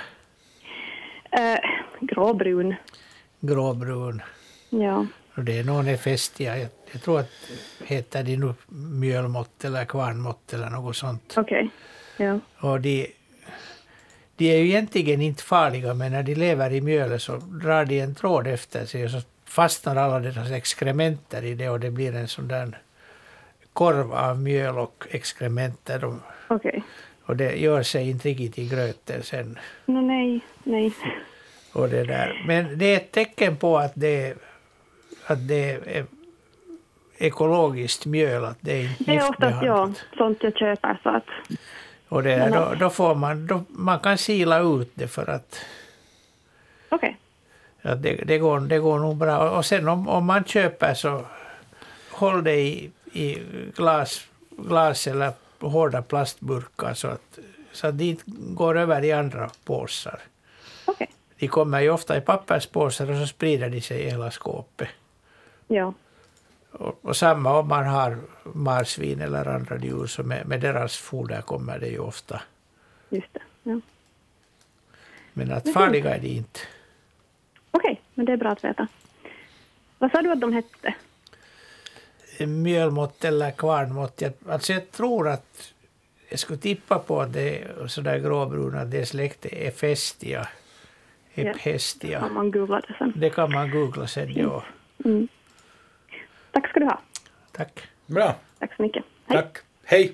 Gråbrun. Gråbrun. Ja. Och det är någon är fästiga. Jag tror att heter det nu mjölmått eller kvarnmått eller något sånt. Okej, ja. Och de är ju egentligen inte farliga, men när de lever i mjölet så drar de en tråd efter sig och så fastnar alla deras exkrementer i det och det blir en sån där korv av mjöl och exkrementer. Okej. Och det gör sig inte riktigt i gröten sen. Nej. Och det där. Men det är ett tecken på att det är ekologiskt mjöl, att det är inte giftbehandlat. Det är oftast sånt jag köper så att... Och då får man kan sila ut det för att... Okej. Ja, det går nog bra. Och sen om man köper så håll det i glas eller hårda plastburkar så Så att de går över i andra påsar. Okej. De kommer ju ofta i papperspåsar och så sprider de sig i hela skåpet. Ja. Och samma om man har marsvin eller andra djur, så med deras foder kommer det ju ofta. Just det. Ja. Men att farliga är de inte. Okej, men det är bra att veta. Vad sa du att de hette? Mjölmått eller kvarnmått. Alltså jag tror att jag skulle tippa på att det är sådär gråbruna. Det släktet är Festia. Ephestia. Kan man googla det sen? Det kan man googla sen, ja. Mm. Tack ska du ha. Tack. Bra. Tack så mycket. Hej. Tack. Hej.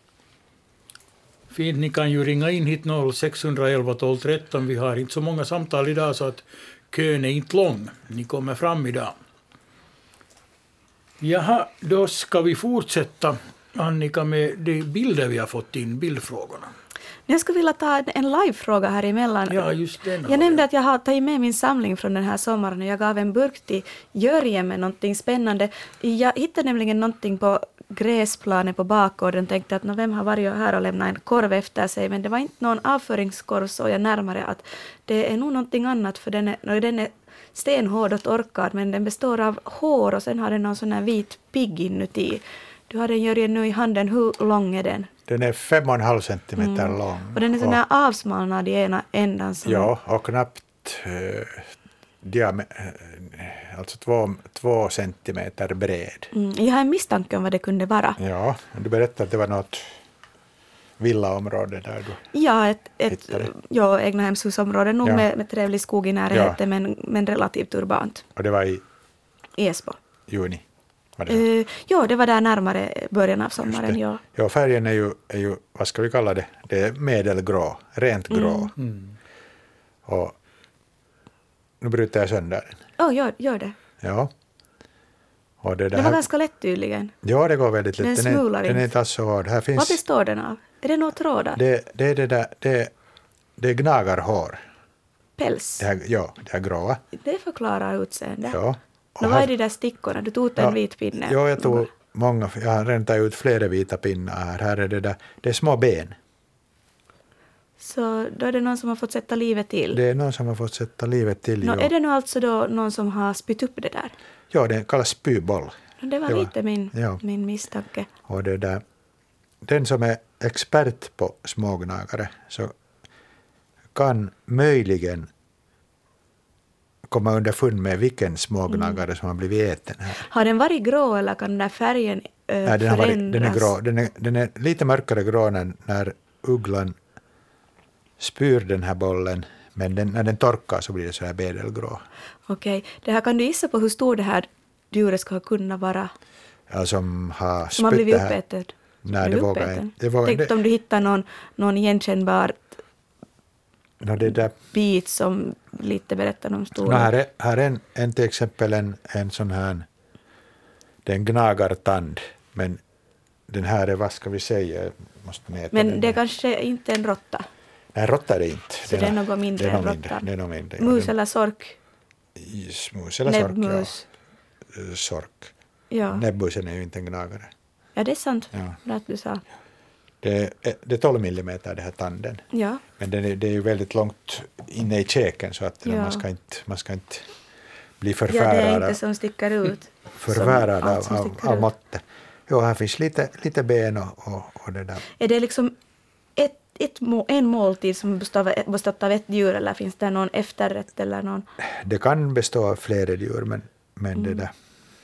Fint, ni kan ju ringa in hit 0611 12 13. Vi har inte så många samtal idag så att kön är inte lång. Ni kommer fram idag. Jaha, då ska vi fortsätta, Annika, med de bilder vi har fått in, bildfrågorna. Jag skulle vilja ta en live-fråga här emellan. Ja, just den. Jag nämnde att jag har tagit med min samling från den här sommaren och jag gav en burk till Jörgen med någonting spännande. Jag hittade nämligen någonting på gräsplanen på bakgården och tänkte att vem har varit här och lämnat en korv efter sig, men det var inte någon avföringskorv, så jag närmare att det är nog någonting annat, för den är stenhård och torkad, men den består av hår och sen har den någon sån här vit pigg inuti. Du har den, Jörgen, nu i handen. Hur lång är den? Den är 5,5 centimeter lång. Och den är sån här avsmalnad i ena ändan. Ja, och knappt alltså 2 centimeter bred. Jag har en misstanke om vad det kunde vara. Ja, du berättade att det var något villaområde där du Ja, hittade. egnahemshusområde, nog med trevlig skog i närheten, men relativt urbant. Och det var i Esbo. juni? Var det? Ja, det var där närmare början av sommaren. Ja. Ja, färgen är ju, vad ska vi kalla det? Det är medelgrå, rent grå. Och nu bryter jag sönder den. Gör det. Ja. Och det var ganska lätt tydligen. Ja, det går väldigt lätt. Den är inte alls så hård. Här finns, vad består den av? Är det några trådar? Det är gnagarhår. Päls? Det är gråa. Det förklarar utseende. Ja. Vad är de där stickorna? Du tog en vit pinne. Ja, jag tog många. Jag har redan tagit ut flera vita pinnar här. Här är det är små ben. Så då är det någon som har fått sätta livet till? Det är någon som har fått sätta livet till, ja. Är det nu alltså då någon som har spytt upp det där? Ja, det kallas spyboll. Det var lite min misstanke. Och den som är expert på smågnagare så kan möjligen komma underfund med vilken smågnagare som har blivit äten här. Har den varit grå eller kan den där färgen Nej, den är grå. Den är lite mörkare grå när ugglan spyr den här bollen, men när den torkar så blir det så här bedelgrå. Okej. Det här, kan du gissa på hur stor det här djuret ska kunna vara? Ja, som har blivit uppäten? Nej, det vågar jag inte. Tänk om du hittar någon igenkännbar bit som lite berättar om storlek. Här är en till exempel en sån här, det är en gnagartand, men den här är, vad ska vi säga, måste mäta. Men det är kanske inte en råtta? Nej, råtta är det inte. Så det är något mindre än råtta? Det är något mindre. Mus eller sork? Mus eller sork, näbbmus. Ja. Sork. Ja. Näbbmusen är ju inte en gnagare. Ja, det är sant. Ja. Bra att du sa. Det är 12 millimeter det här tanden. Ja. Men det är ju väldigt långt inne i käken så att man ska inte bli förfärad. Ja, det är inte som sticker ut. Förfärad av måttet. Ja, här finns lite ben och det där. Är det liksom en måltid som består av ett djur eller finns det någon efterrätt eller någon? Det kan bestå av flera djur men det där.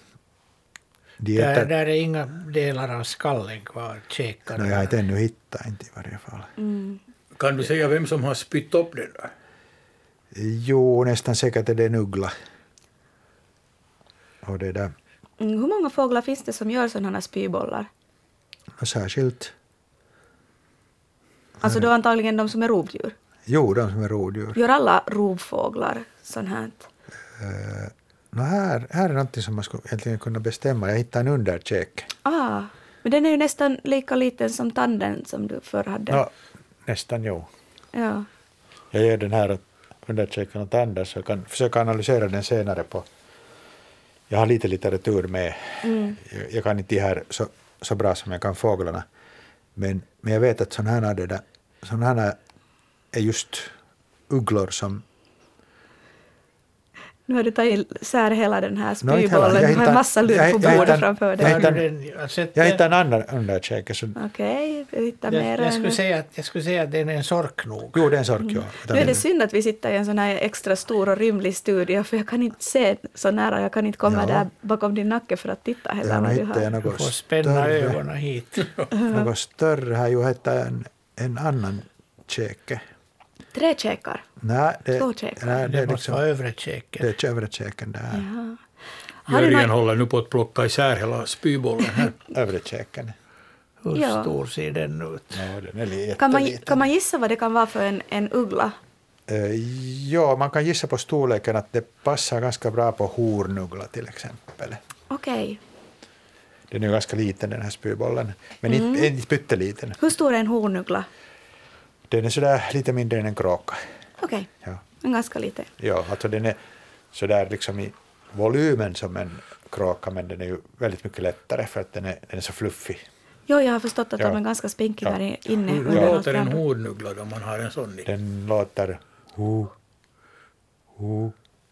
Där är inga delar av skallen kvar, käkar. Jag har inte ännu hittat, inte i varje fall. Kan du säga vem som har spytt upp den där? Jo, nästan säkert är det en uggla. Och det där. Hur många fåglar finns det som gör sådana här spybollar? Och särskilt. Alltså då antagligen de som är rovdjur? Jo, de som är rovdjur. Gör alla rovfåglar sånt här? Här är något som man skulle egentligen kunna bestämma. Jag hittade en underkäk. Men den är ju nästan lika liten som tanden som du förr hade. Ja, nästan jo. Ja. Jag ger den här underkäken åt Anders så jag kan försöka analysera den senare på. Jag har lite litteratur med. Jag kan inte det här så bra som jag kan fåglarna. Men jag vet att sådana här sådana här är just ugglor som... Nu har du tagit sär hela den här spybollen. Du har en massa lur på bordet framför dig. Jag hittar en annan underkäke. Okej, du hittar mer. Jag skulle säga att det är en sork nog. Jo, det är en sork, ja. Nu är det synd att vi sitter i en sån här extra stor och rymlig studio, för jag kan inte se så nära, jag kan inte komma där bakom din nacke för att titta heller. Du får spänna ögonen hit. Något större här, jag hittar en annan käke. 3 käkar? Nej, 2 käkar? Nej, det måste vara övre käken. Det är övre käken där. Jörgen håller nu på att plocka isär hela spybollen här. Övre käken. Hur stor ser den ut? Ja, den är jätteliten. Kan man gissa vad det kan vara för en uggla? Ja, man kan gissa på storleken att det passar ganska bra på hornuggla till exempel. Okej. Den är ju ganska liten den här spybollen, men inte pytteliten. Hur stor är en hornuggla? Den är sådär lite mindre än en kråka. Okej, ja. En ganska liten. Ja, alltså den är sådär liksom i volymen som en kråka, men den är ju väldigt mycket lättare för att den är så fluffig. Jo, jag har förstått att de är ganska spinkiga där inne. Hur låter en hornuggla då man har en sån? Den låter hu, hu,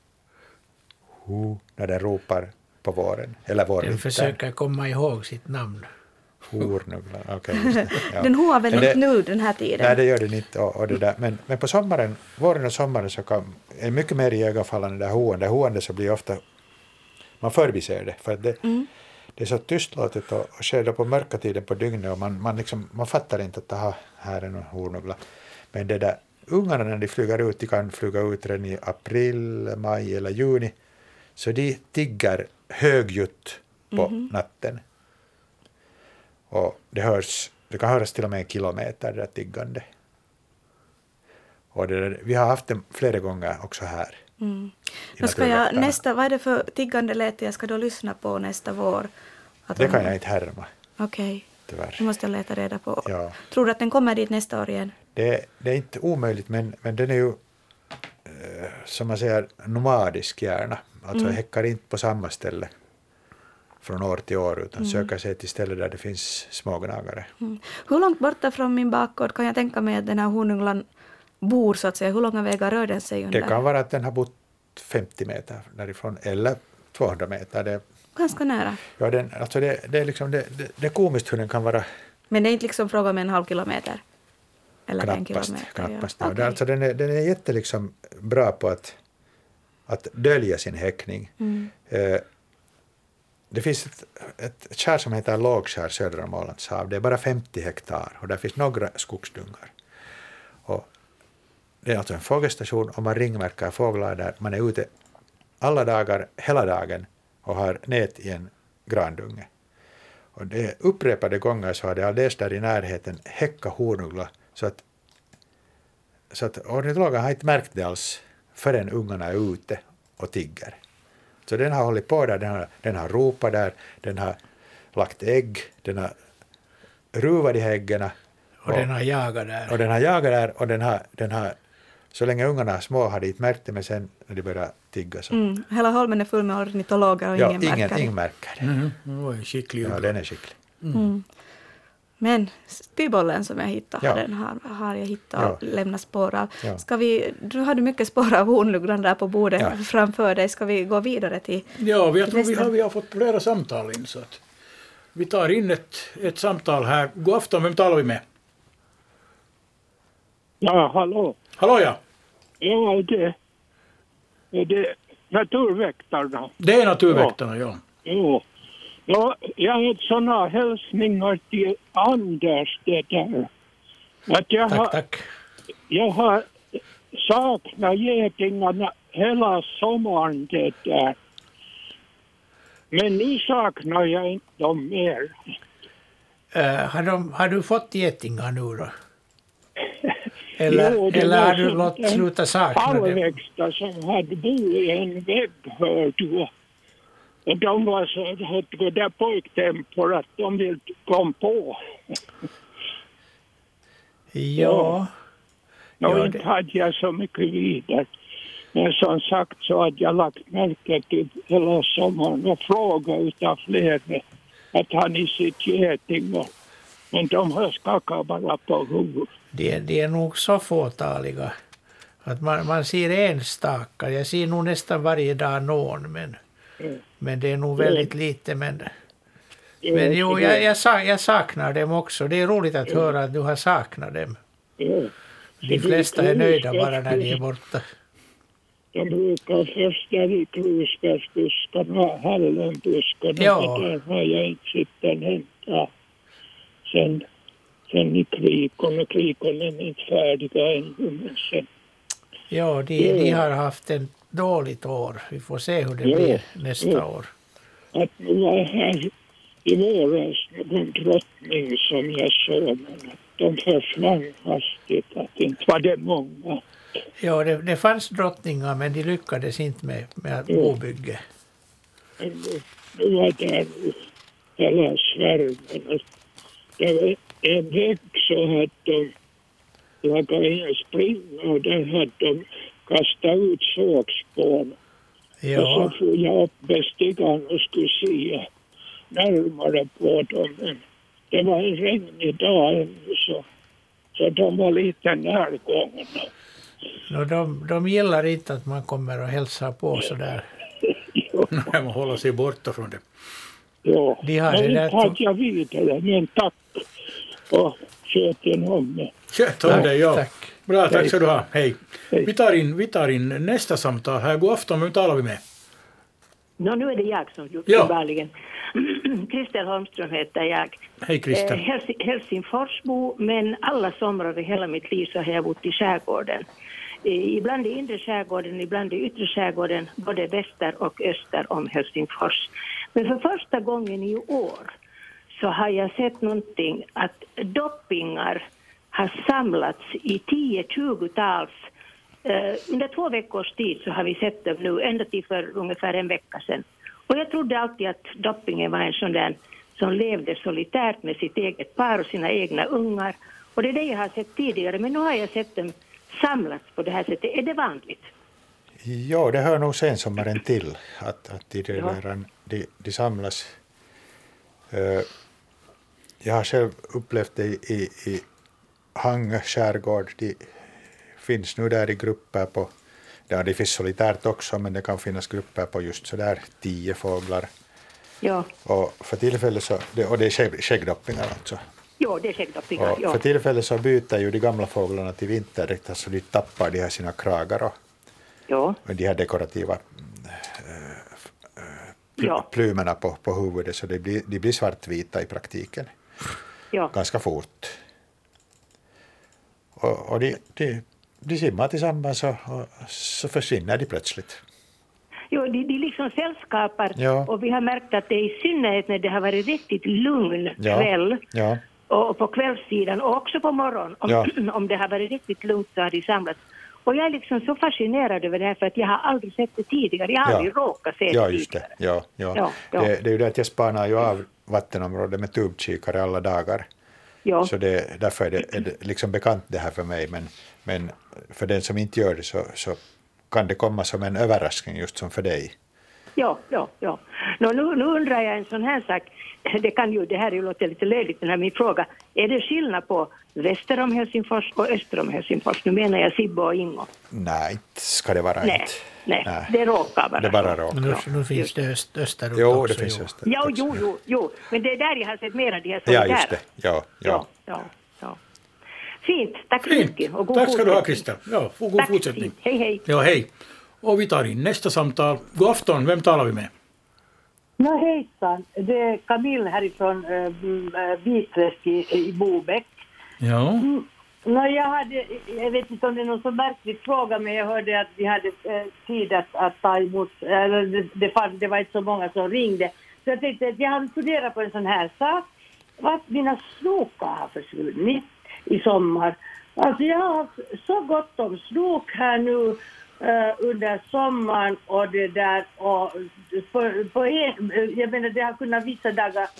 hu, när den ropar på våren. Eller vårvintern. Den försöker komma ihåg sitt namn. Hornuggla, okej. Okay, ja. Den hoar väl inte nu den här tiden? Nej, det gör den inte. Och det där. Men på sommaren, våren och sommaren så är mycket mer i ögonfallande där hoande. Hoande så blir ofta, man förbiser det. För att det är så tystlåtet och sker då på mörka tiden på dygnet och man fattar inte att det här är någon hornuggla. Men det där, ungarna när de flyger ut, de kan flyga ut redan i april, maj eller juni. Så de tigger högljutt på natten. Och det kan höras till och med 1 kilometer där tiggande. Och vi har haft det flera gånger också här. Då ska vad är det för tiggande läte jag ska då lyssna på nästa vår? Det kan jag inte härma. Okej, tyvärr. Det måste jag leta reda på. Ja. Tror du att den kommer dit nästa år igen? Det är inte omöjligt, men den är ju som man säger nomadisk gärna. Alltså häckar inte på samma ställe från år till år, utan söker sig till ställen där det finns smågnagare. Hur långt borta från min bakgård kan jag tänka mig att den här hornugglan bor, så att säga? Hur långa vägar rör den sig under? Det kan vara att den har bott 50 meter därifrån, eller 200 meter. Ganska nära. Ja, det är liksom det är komiskt hur den kan vara. Men det är inte liksom fråga om 1/2 kilometer? Eller knappast, 1 kilometer? Knappast. Ja. Okay. Alltså den är jätte liksom bra på att dölja sin häckning. Det finns ett skär som heter Lågskär söder om Ålands hav. Det är bara 50 hektar och där finns några skogsdungar. Och det är alltså en fågelstation och man ringmärker fåglar där. Man är ute alla dagar, hela dagen och har nät i en grandunge. Och det upprepade gånger så har det alldeles där i närheten häcka hornuggla så att ornitologen har inte märkt det alls förrän ungarna är ute och tigger. Så den har hållit på där, den har ropat där, den har lagt ägg, den har ruvat i äggen. Och den har jagat där. Och den har jagat där och den har så länge ungarna är små har de inte märkt det, men sen när de börjar tigga så. Hela holmen är full med ornitologer och ingen märker det. Ingen märker det. Oj, skicklig. Ja, den är skicklig. Men spybollen som jag hittade, den har jag hittat och lämnat spår av. Ja. Du hade mycket spår av hornugglan där på bordet framför dig. Ska vi gå vidare till Ja, jag tror vi har fått flera samtal in, så att vi tar in ett samtal här. God afton, vem talar vi med? Ja, hallå. Hallå, ja. Ja, är det naturväktarna? Det är naturväktarna, ja. Jo. Ja, jag har sådana hälsningar till Anders det där. Att Tack. Jag har saknat getingarna hela sommaren det där. Men nu saknar jag inte dem mer. Har du fått getingar nu då? Eller har du låtit sluta sakna det? Allväxter som hade bott i en vägg, hör du. Och de var så där pojktempor att de vill komma på. Ja. Och inte hade jag så mycket vidare. Men som sagt så hade jag lagt märke till hela sommaren och frågat utav flera att han i sitt geting Men de har skakat bara på huvudet. De är nog så fåtaliga att man ser enstaka. Jag ser nog nästan varje dag någon, men det är nog väldigt lite. Men jo, jag saknar dem också. Det är roligt att höra att du har saknat dem. De flesta är nöjda bara när de är borta. De brukar först där i krusbärsbuskarna, hallonbuskarna, Ja. där har jag inte sett den hända. Sen i krikon är inte färdiga ännu. Men sen, Ja, de har haft ett dåligt år. Vi får se hur det blir nästa år. att nu var här i våras någon drottning som jag såg, men att de försvann hastigt, att inte var det många. Ja, det fanns drottningar, men de lyckades inte med bobygge. Nu var där hela svärmen. Det var en häck så att de lagade en springa och där hade de kastat ut sågspån. Ja. Och så får jag upp bestigan och skulle se närmare på dem. Men det var en regnig dag ännu så de var lite närgångna. De gillar inte att man kommer och hälsar på sådär. Nej, man håller sig borta från det. Ja, De har men det där inte hade jag vidare, men tack och sköten om det. Sköt om dig, ja. Tack. Bra, tack ska du ha. Hej. Hej. Vi tar in nästa samtal här. God afton, vem talar vi med? Nu är det jag som Ja. uppenbarligen. Kristel Holmström heter jag. Hej Kristel. Helsingforsbo, men alla somrar i hela mitt liv så har jag bott i skärgården. Ibland i inre skärgården, ibland i yttre skärgården, både väster och öster om Helsingfors. Men för första gången i år så har jag sett någonting att doppingar har samlats i 10-20-tals. Under 2 veckors tid så har vi sett dem nu, ända till för ungefär en vecka sedan. Och jag trodde alltid att doppingen var en sån där som levde solitärt med sitt eget par och sina egna ungar. Och det är det jag har sett tidigare, men nu har jag sett dem samlats på det här sättet. Är det vanligt? Ja, det hör nog sensommaren till att Ja. de samlas. Jag har själv upplevt det i Hangö skärgård. De finns nu där i grupper på, ja, det finns solitärt också, men det kan finnas grupper på just så där 10 fåglar. Ja, Och för tillfället så, och det är skäggdoppingar alltså. jo, det är skäggdoppingar. Och Ja. för tillfället så byter ju de gamla fåglarna till vinterdräkt, alltså de tappar de här sina kragar Ja, och de här dekorativa ja, plumerna på huvudet, så de blir svartvita i praktiken ja. ganska fort. Och de simmar tillsammans och så försvinner de plötsligt. Jo, de liksom sällskapar. Ja. Och vi har märkt att det är i synnerhet när det har varit riktigt lugn kväll. Ja. Och på kvällssidan och också på morgon. Om det har varit riktigt lugnt så har de samlats. Och jag är liksom så fascinerad över det här för att jag har aldrig sett det tidigare. Jag har aldrig råkat se det Ja, just tidigare. det. Ja. Ja. Det är ju det att jag spanar ju av vattenområdet med tubkikare alla dagar. Ja. Så därför är det liksom bekant det här för mig. Men för den som inte gör det så kan det komma som en överraskning just som för dig. Ja. Nu undrar jag en sån här sak. Det här låter lite löjligt, den här min fråga. Är det skillnad på väster om Helsingfors och öster om Helsingfors? Nu menar jag Sibbo och Ingo. Nej, inte ska det vara. Nej, det råkar bara. Det bara råkar. Men nu finns det österut Jo, också. det finns österut Ja, också. jo. Men det är där jag har sett mer av de här Ja, solitära. just det. Ja. Ja. Fint, tack så Fint. mycket. Och god Tack ska du ha fortsättning. Kristel. Ja, god Tack. fortsättning. Hej. Ja, hej. Och vi tar in nästa samtal. God afton, vem talar vi med? Ja, hejsan. Det är Camille härifrån Viträsk i Bobäck. Ja. Jag vet inte om det är någon så märklig fråga, men jag hörde att vi hade tid att ta emot, eller det var inte så många som ringde. Så jag tänkte att jag hade funderat på en sån här sak. Att mina snokar har försvunnit i sommar. Alltså jag har haft så gott om snok här nu under sommaren och det där, och jag menar det har kunnat vissa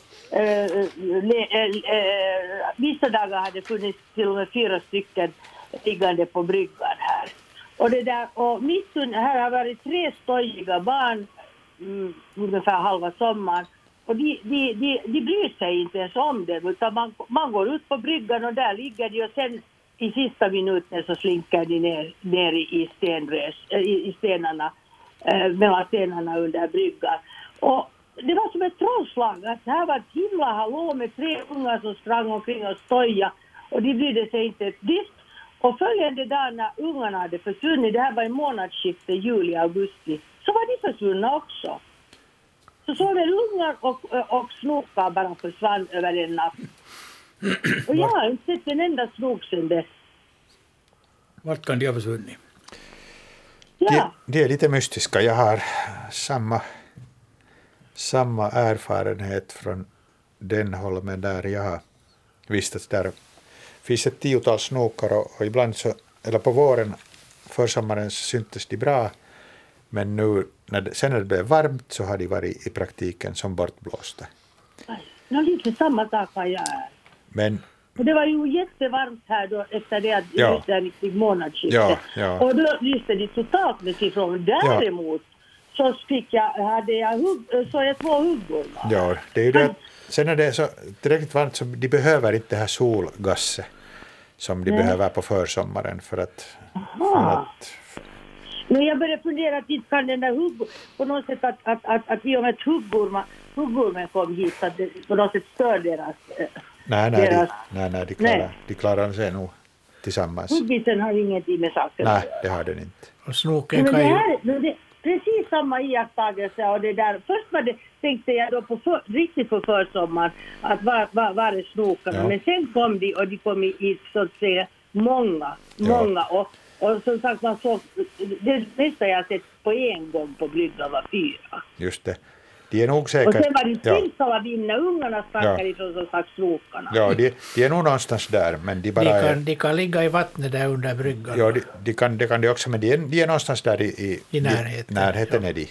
dagar hade funnits till och med 4 stycken liggande på bryggan här. Och det där, och här har varit 3 stojiga barn ungefär halva sommaren, Och de bryr sig inte ens om det, utan man går ut på bryggan och där ligger de och sen i sista minuten så slinker de ner i stenarna, mellan stenarna under bryggan. Och det var som ett trollslag att här var ett himla hallå med 3 ungar som sprang omkring och stoja och de brydde sig inte ett dyft. Och följande dag när ungarna hade försvunnit, det här var i månadsskiftet juli-augusti, så var de försvunna också. Så såväl ungar och snokar bara försvann över en natt. Och jag har inte sett en enda snok sedan dess. Vart kan de ha försvunnit? Ja. Det är lite mystiska. Jag har samma erfarenhet från den Holmen där jag har vistats där. Det finns ett 10-tal snokar och ibland så, eller på våren, försommaren så syntes de bra. Men nu, sen när det blev varmt så har de varit i praktiken som bortblåsta. Lite samma sak har jag. Men och det var ju jättevarmt här då efter det att det gick månadsskiftet. Ja. Och då lyste de totalt med ifrån. Däremot så hade jag 2 huggor. Ja, det är ju det. Sen när det är så direkt varmt så de behöver inte det här solgasset som de behöver på försommaren för att men jag började fundera att inte kan den där på något sätt att i och med att huggormen kom hit att det på något sätt stör deras... Nej, de klarar sig nog tillsammans. Huggisen har ingenting med saken. Nej, det har den inte. Och snoken kan ju... Det precis samma iakttagelse och det där. Först tänkte jag då riktigt på försommaren att var är snokarna. Men sen kom de kom i så att säga många och som sagt man såg det mesta jag sett på en gång på bryggan var 4. Just det. De är nog säkert... Och sen var det simsalabinna ungarna stackar ifrån som sagt snokarna. Ja, de är nog någonstans där, men de bara de kan ligga i vattnet där under bryggan. Ja, det kan de också, men de är någonstans där i närheten är de.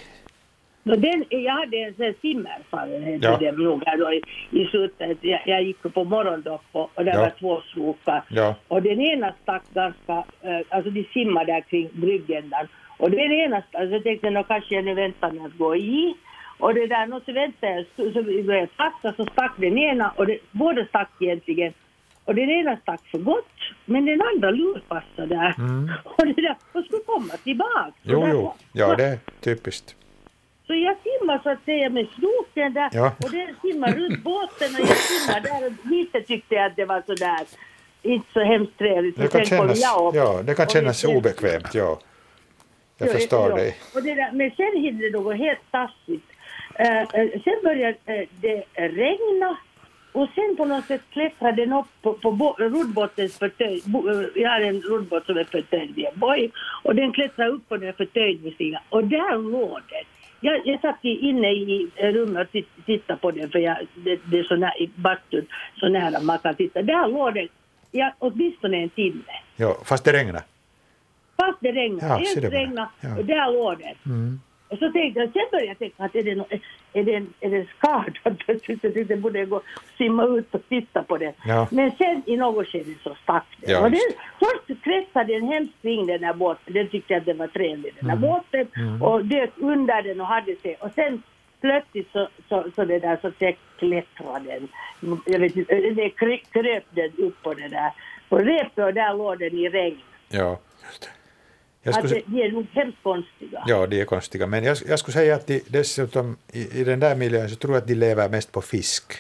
Jag hade en simmerfarenhet i det nog här då i slutet. Jag gick på morgondopp och där var 2 snokar. Ja. Och den ena stack ganska, alltså de simmade där kring bryggen där. Och den ena, alltså jag tänkte nog kanske jag nu väntar med att gå i. Och det där, så väntade jag, så började jag så stack den ena, och båda stack egentligen. Och den ena stack för gott, men den andra lurpassade där. Och det där, och skulle komma tillbaka. Jo, ja det är typiskt. Så jag simmar så att säga med snoken där, och den simmar runt båten, och jag simmar där, och lite tyckte jag att det var så där, inte så hemskt trevligt. Det kan kännas obekvämt, Jag förstår dig. Och det där, men sen hinner det något helt tassigt. Sen började det regna och sen på något sätt klättrade den upp på roddbåtens förtöjd. Jag har en roddbåt som är förtöjd i en boj och den klättrade upp på den förtöjd med sina. Och där låg den. Jag satt inne i rummet och tittade på den för det är så nära i bastun så nära man kan titta. Där låg den åtminstone en timme. Ja, fast det regnade. Fast det regnade. Och där låg den. Och så tänkte jag, sen började jag tänka att är den skadad? Jag borde gå och simma ut och titta på den. Ja. Men sen i något skede så stack den. Ja, och först kretsade den hemskt kring den här båten. Den tyckte att det var trevligt, den här båten. Och dök under den och hade sig. Och sen plötsligt så det där så klättrade den. Jag vet inte, det kröp den upp på det där. Och repte och där låg den i regn. Ja, just det. De är nog hemskt konstiga. Ja, de är konstiga. Men jag skulle säga att dessutom i den där miljön så tror jag att de lever mest på fisk.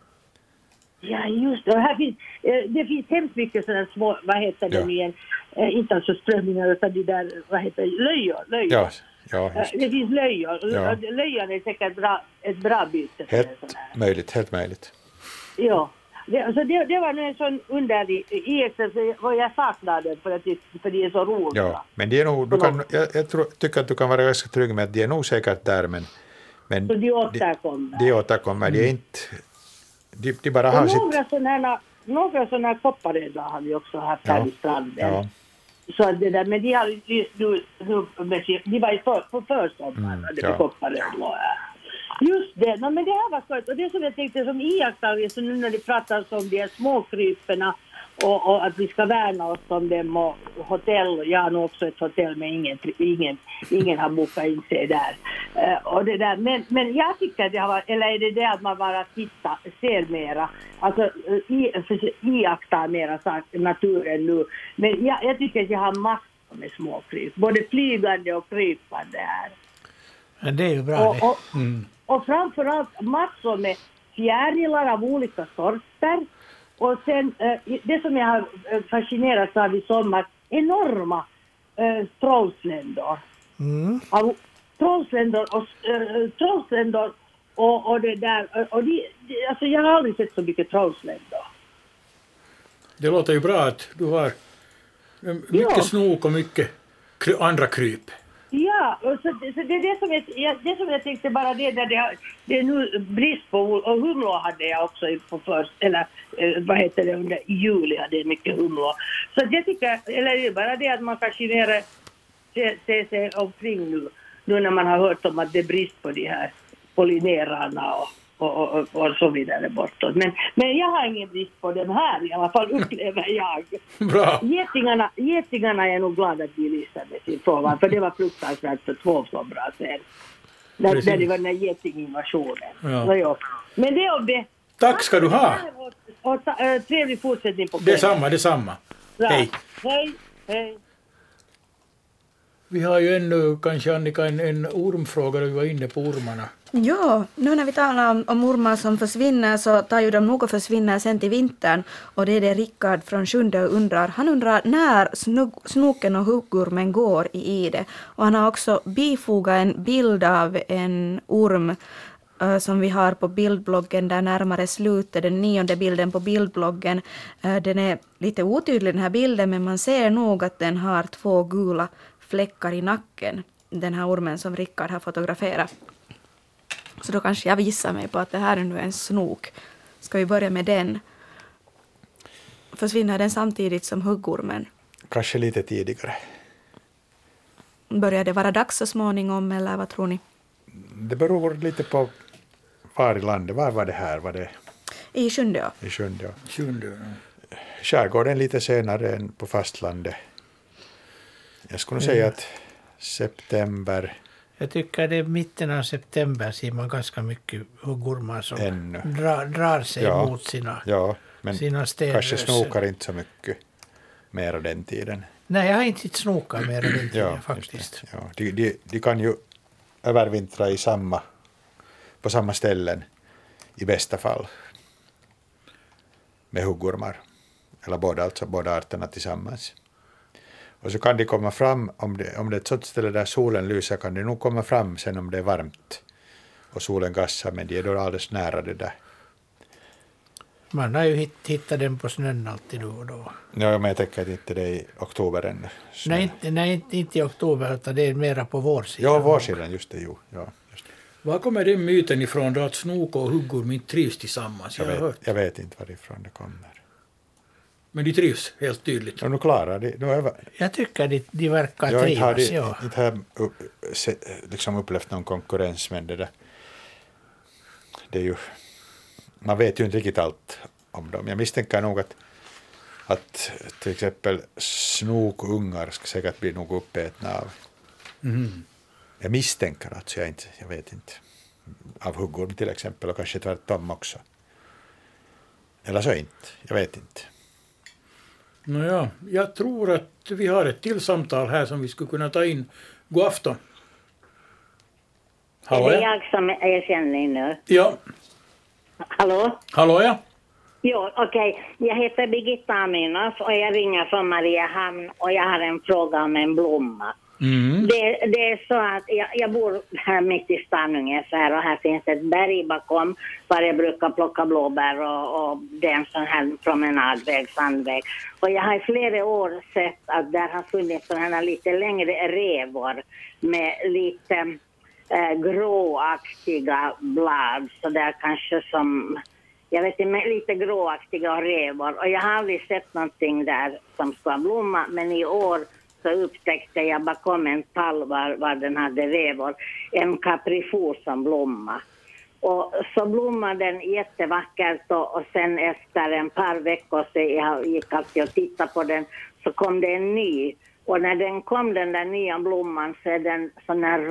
Ja, just det. Det finns hemskt mycket sådana små, vad heter det igen? Inte alltså strömmingar utan de där, vad heter det? Löjor. Ja, det finns löjor. Ja. Löjor är säkert ett bra byte. Helt möjligt. Ja. Det var en sån underlig iakttagelse vad jag saknade för det är så roligt. Ja, men det är nog, jag tycker att du kan vara ganska trygg med att de är nog säkert där, men så de återkommer. De återkommer, det är inte... De bara har några sådana här kopparödlar har vi också haft här i stranden. Ja. Så att det där, men de har just nu de var ju på försommaren det var kopparödlar. Just det, men det här var skojt. Och det som jag tänkte som iakttagelse nu när de pratar om de här småkryperna och att vi ska värna oss om dem och hotell. Jag har nog också ett hotell men ingen har bokat in sig där. Och det där. Men jag tycker att det har varit, eller är det att man bara ser mera, alltså iakttar mera naturen nu. Men jag tycker att jag har massor med småkryp, både flygande och krypande här. Ja, det är ju bra det. Och framförallt massor med fjärilar av olika sorter. Och sen det som jag har fascinerats av i sommar, enorma trollsländor. Av trollsländor och det där. Och alltså jag har aldrig sett så mycket trollsländor. Det låter ju bra att du har mycket snok och mycket andra kryp. Ja, och så det är det som jag tänkte bara det där det är nu brist på, och humlor hade jag också på först, eller vad heter det, under juli hade jag mycket humlor. Så jag tycker, eller det är bara det att man kanske se sig omkring nu när man har hört om att det är brist på de här pollinerarna och så vidare bortåt. Men jag har ingen brist på dem här i alla fall, upplever jag. Bra. Getingarna är nog glada att de lyssnade sin fråga, för det var fruktansvärt för 2 somrar sedan. När det var den här getinginvasionen. Ja. Men det är om det. Tack ska du ha. Och trevlig fortsättning på kvällen. Detsamma. Hej. Hej. Vi har ju ännu kanske, Annika, en ormfråga, där vi var inne på ormarna. Ja, nu när vi talar om ormar som försvinner så tar ju de nog och försvinner sen till vintern. Och det är det Rickard från Sjunde undrar. Han undrar när snoken och huggormen går i ide. Och han har också bifogat en bild av en orm som vi har på bildbloggen där närmare slutet, den 9:e bilden på bildbloggen. Den är lite otydlig den här bilden, men man ser nog att den har 2 gula fläckar i nacken, den här ormen som Rickard har fotograferat. Så då kanske jag visar mig på att det här är nu en snok. Ska vi börja med den? Försvinner den samtidigt som huggormen? Kanske lite tidigare. Börjar det vara dags så småningom, eller vad tror ni? Det beror lite på var i landet. Var var det här? Var det? I Sjunde. I Sjunde. Sjunde. Skärgården lite senare än på fastlandet. Jag skulle säga att september. Jag tycker det är mitten av september ser man ganska mycket huggormar som drar sig mot sina stenrösen. Kanske snokar inte så mycket mer den tiden. Nej, jag har inte sett snokar mer den tiden faktiskt. Ja, de kan ju övervintra på samma ställen i bästa fall med huggormar. Eller båda arterna tillsammans. Och så kan de komma fram, om det är ett sådant ställe där solen lyser kan de nog komma fram sen om det är varmt och solen gassar, men de är då alldeles nära det där. Man har ju hittat den på snön alltid då och då. Ja, men jag tänker att inte det är i oktober än. Nej, inte i oktober, utan det är mera på vårsidan. Ja, vårsidan, just det. Var kommer den myten ifrån då att snok och huggorm inte trivs tillsammans? Jag vet inte varifrån det kommer. Men de trivs helt tydligt. Ja, nu klarar de. Jag tycker de verkar trivas. Jag har liksom upplevt någon konkurrens, men det är ju, man vet ju inte riktigt allt om dem. Jag misstänker nog att till exempel snokungar ska säkert bli nog uppätna av. Jag misstänker att jag vet inte. Av huggorm till exempel, och kanske tvärtom också. Eller så inte, jag vet inte. Nåja, jag tror att vi har ett till samtal här som vi skulle kunna ta in. God afton. Hallå, är det jag som är sändning nu? Ja. Hallå, ja. Jo, okej. Jag heter Birgitta Aminos och jag ringer från Mariehamn och jag har en fråga om en blomma. Det är så att jag bor här mitt i stan ungefär, och här finns ett berg bakom var jag brukar plocka blåbär och det är en sån här promenadväg, sandväg. Och jag har i flera år sett att där har funnits sådana här lite längre revor med lite gråaktiga blad, så där kanske som, jag vet inte, lite gråaktiga revor. Och jag har aldrig sett någonting där som ska blomma, men i år så upptäckte jag bakom en tall var den hade revor en kaprifol som blomma. Och så blommade den jättevackert och sen efter en par veckor så jag gick alltid och tittade på den, så kom det en ny. Och när den kom, den där nya blomman, så är den sån här rosa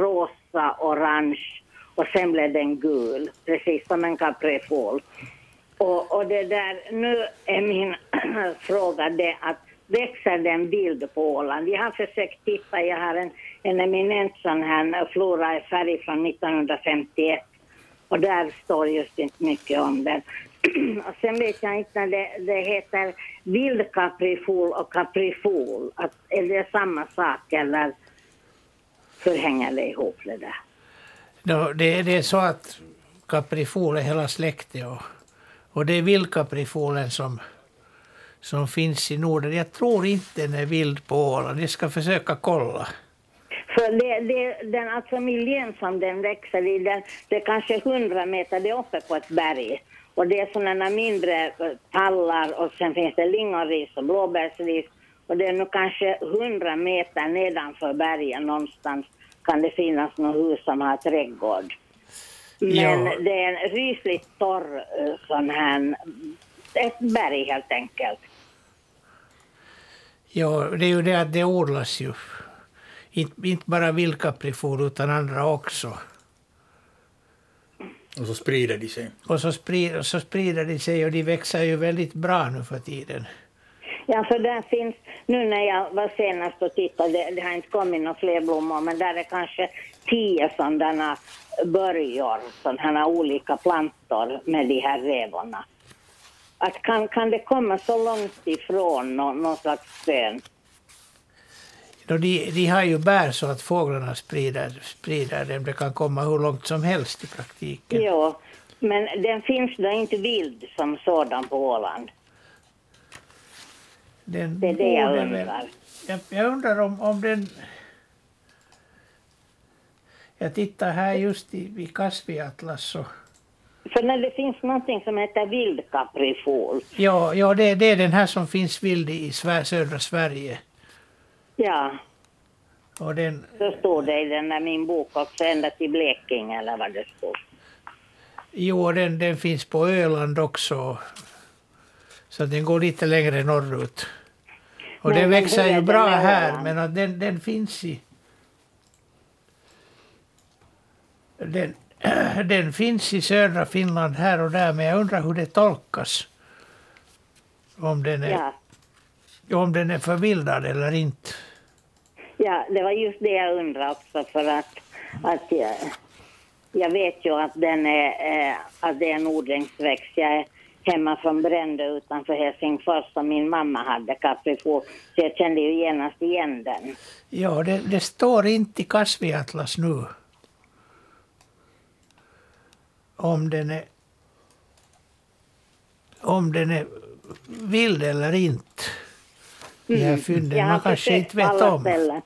rosa, orange och sen blev den gul, precis som en caprifol. Och det där, nu är min fråga det att växer den vild på Åland? Jag har försökt titta, jag har en eminent sån här flora i färg från 1951 och där står just inte mycket om den. Och sen vet jag inte när det heter vild caprifol och caprifol, att är det samma sak eller hur hänger det ihop det där? Det är så att caprifol är hela släktet och det är vildcaprifolen som finns i Norden. Jag tror inte den är vild på Åland. Jag ska försöka kolla. För den alltså miljön som den växer i, det är kanske 100 meter, det är uppe på ett berg. Och det är sådana mindre tallar och sen finns det lingonris och blåbärsris. Och det är nog kanske 100 meter nedanför bergen någonstans kan det finnas något hus som har trädgård. Men det är en rysligt torr sån här, ett berg helt enkelt. Ja, det är ju det att det odlas ju. Inte bara vildcaprifol utan andra också. Och så sprider de sig. Och så sprider de sig och de växer ju väldigt bra nu för tiden. Ja, för där finns, nu när jag var senast och tittade, det har inte kommit några fler blommor, men där är kanske 10 sådana börjor, sådana olika plantor med de här revorna. Att kan det komma så långt ifrån någon slags stön? De har ju bär så att fåglarna sprider dem. Det kan komma hur långt som helst i praktiken. Ja, men den finns då inte vild som sådan på Åland. Det är det jag undrar. Jag undrar om den... Jag tittar här just i Kasviatlas så... För när det finns någonting som heter vildcaprifol. Ja, det är den här som finns vild i södra Sverige. Ja. Och den... Så står det i den där min bok också, ända till Blekinge eller vad det står. Jo, den finns på Öland också. Så den går lite längre norrut. Och den växer ju bra här, men att den finns i... Den finns i södra Finland här och där, men jag undrar hur det tolkas. Om den är förvildad eller inte. Ja, det var just det jag undrar också, för att jag vet ju att den är att det är en odlingsväxt. Jag är hemma från Brändö utanför Helsingfors som min mamma hade caprifol, så jag kände ju genast igen den. Ja, det står inte i Kasviatlas nu. Om den är vild eller inte. De här fynden man kanske inte vet om.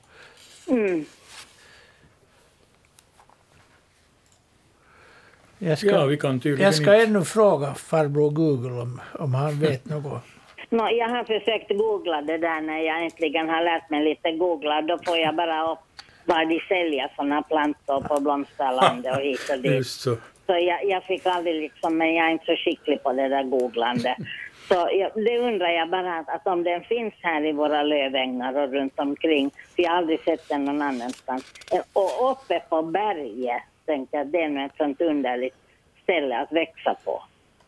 Jag ska ännu fråga farbror Google om han vet något. Jag har försökt googla det där när jag äntligen har lärt mig lite googla. Då får jag bara upp var de säljer sådana plantor på Blomsterlandet och hit och dit. Just så. Så jag fick aldrig liksom, men jag är inte så skicklig på det där googlande. Så det undrar jag bara att om den finns här i våra lövängar och runt omkring. För jag har aldrig sett den någon annanstans. Och uppe på berget tänkte jag att det är ett sånt underligt ställe att växa på.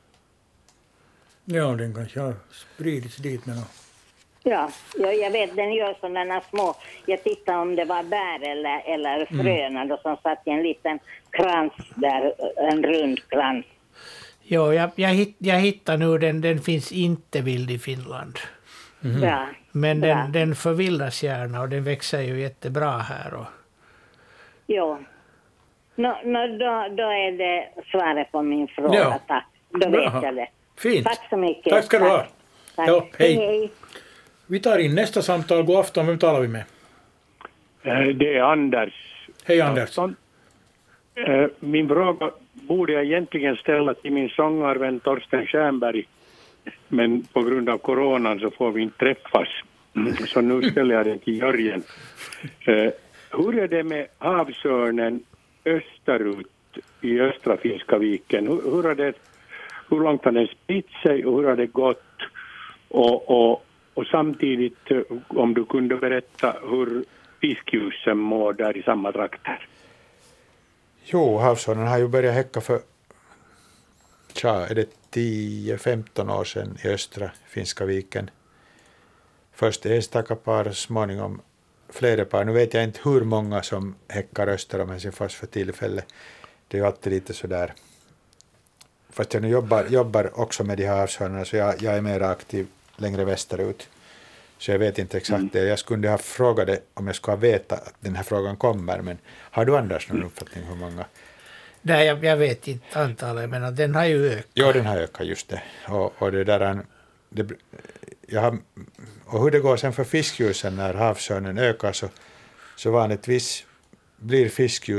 Ja, den kanske har spridits dit med något. Ja, jag vet, den gör sådana små, jag tittade om det var bär eller fröna då som satt i en liten krans där, en rund krans. Ja, jag hittar nu den finns inte vild i Finland. Mm. Ja, men den förvildas gärna och den växer ju jättebra här. Och... Jo, då är det svaret på min fråga, ja. Tack. Då vet jag det. Fint. Tack så mycket. Tack ska du ha. Tack. Ja, hej. Hej. Vi tar in nästa samtal. God afton, vem talar vi med? Det är Anders. Hej Anders. Min fråga borde jag egentligen ställa till min sångarvän Torsten Stjernberg. Men på grund av coronan så får vi inte träffas. Så nu ställer jag den till Jörgen. Hur är det med havsörnen österut i östra Finska viken? Hur långt har den spritt sig och hur har det gått? Och samtidigt, om du kunde berätta hur fiskljusen mår där i samma trakter. Jo, havsörnen har ju börjat häcka för är det 10-15 år sedan i östra Finska viken. Först enstaka par, småningom flera par. Nu vet jag inte hur många som häckar öster om Helsingfors för tillfället. Det är ju alltid lite sådär. Fast jag nu jobbar också med de här havsörnarna, så jag är mer aktiv längre västerut. Så jag vet inte exakt det. Jag skulle ha frågat det om jag skulle ha vetat att den här frågan kommer. Men har du Anders någon uppfattning hur många? Nej, jag vet inte antalet, men den har ju ökat. Ja, den har ökat, just det. Och det där... och hur det går sen för fiskljusen när havsörnen ökar, så vanligtvis blir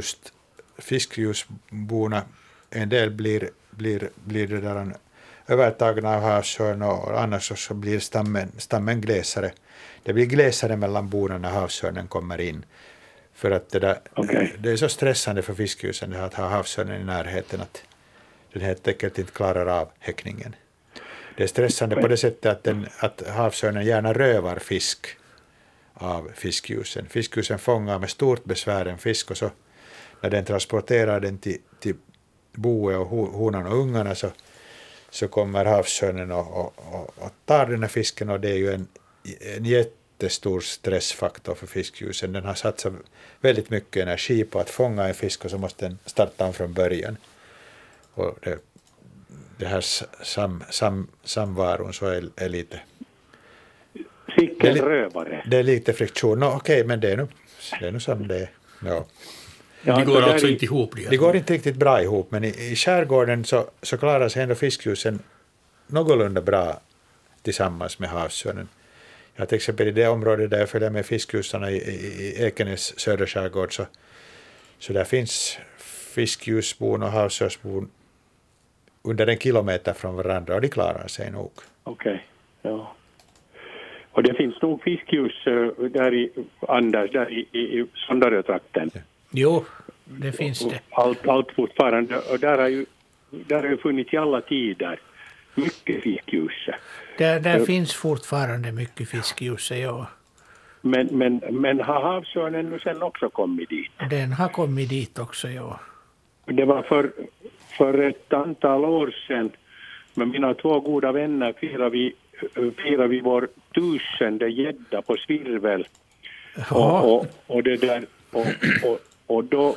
fiskljusborna, en del blir det där övertagna av havsörn, och annars så blir stammen glesare. Det blir glesare mellan borna när havsörnen kommer in. För att det är så stressande för fiskljusen att ha havsörnen i närheten att den helt enkelt inte klarar av häckningen. Det är stressande på det sättet att havsörnen gärna rövar fisk av fiskljusen. Fiskljusen fångar med stort besvär en fisk, och så när den transporterar den till boet och honan och ungarna, så kommer havsörnen och tar den här fisken, och det är ju en jättestor stressfaktor för fiskljusen. Den har satsat väldigt mycket energi på att fånga en fisk, och så måste den starta om från början. Och det här samvaron så är lite... Cykelrövare. Det är lite friktion. Okej, men det är nog som det är. Ja. Det går alltså inte ihop. Det går inte riktigt bra ihop, men i skärgården så klarar sig ändå fiskljusen någorlunda bra tillsammans med havsörnen. Ja, till exempel i det området där jag följer med fiskljusarna i Ekenäs södra skärgård, så där finns fiskljusbon och havsörnsbon under 1 kilometer från varandra, och de klarar sig nog. Okej, ja. Och det finns nog fiskljus där i Sondarö-trakten. Jo, det finns det. Allt fortfarande. Och där har ju funnits i alla tider mycket fiskljus. Där finns fortfarande mycket fiskljus, ja. Men har havsörnen nu sen också kommit dit? Den har kommit dit också, ja. Det var för ett antal år sedan med mina 2 goda vänner firar vi vår 1000:e gädda på Svirvel. Och det där och då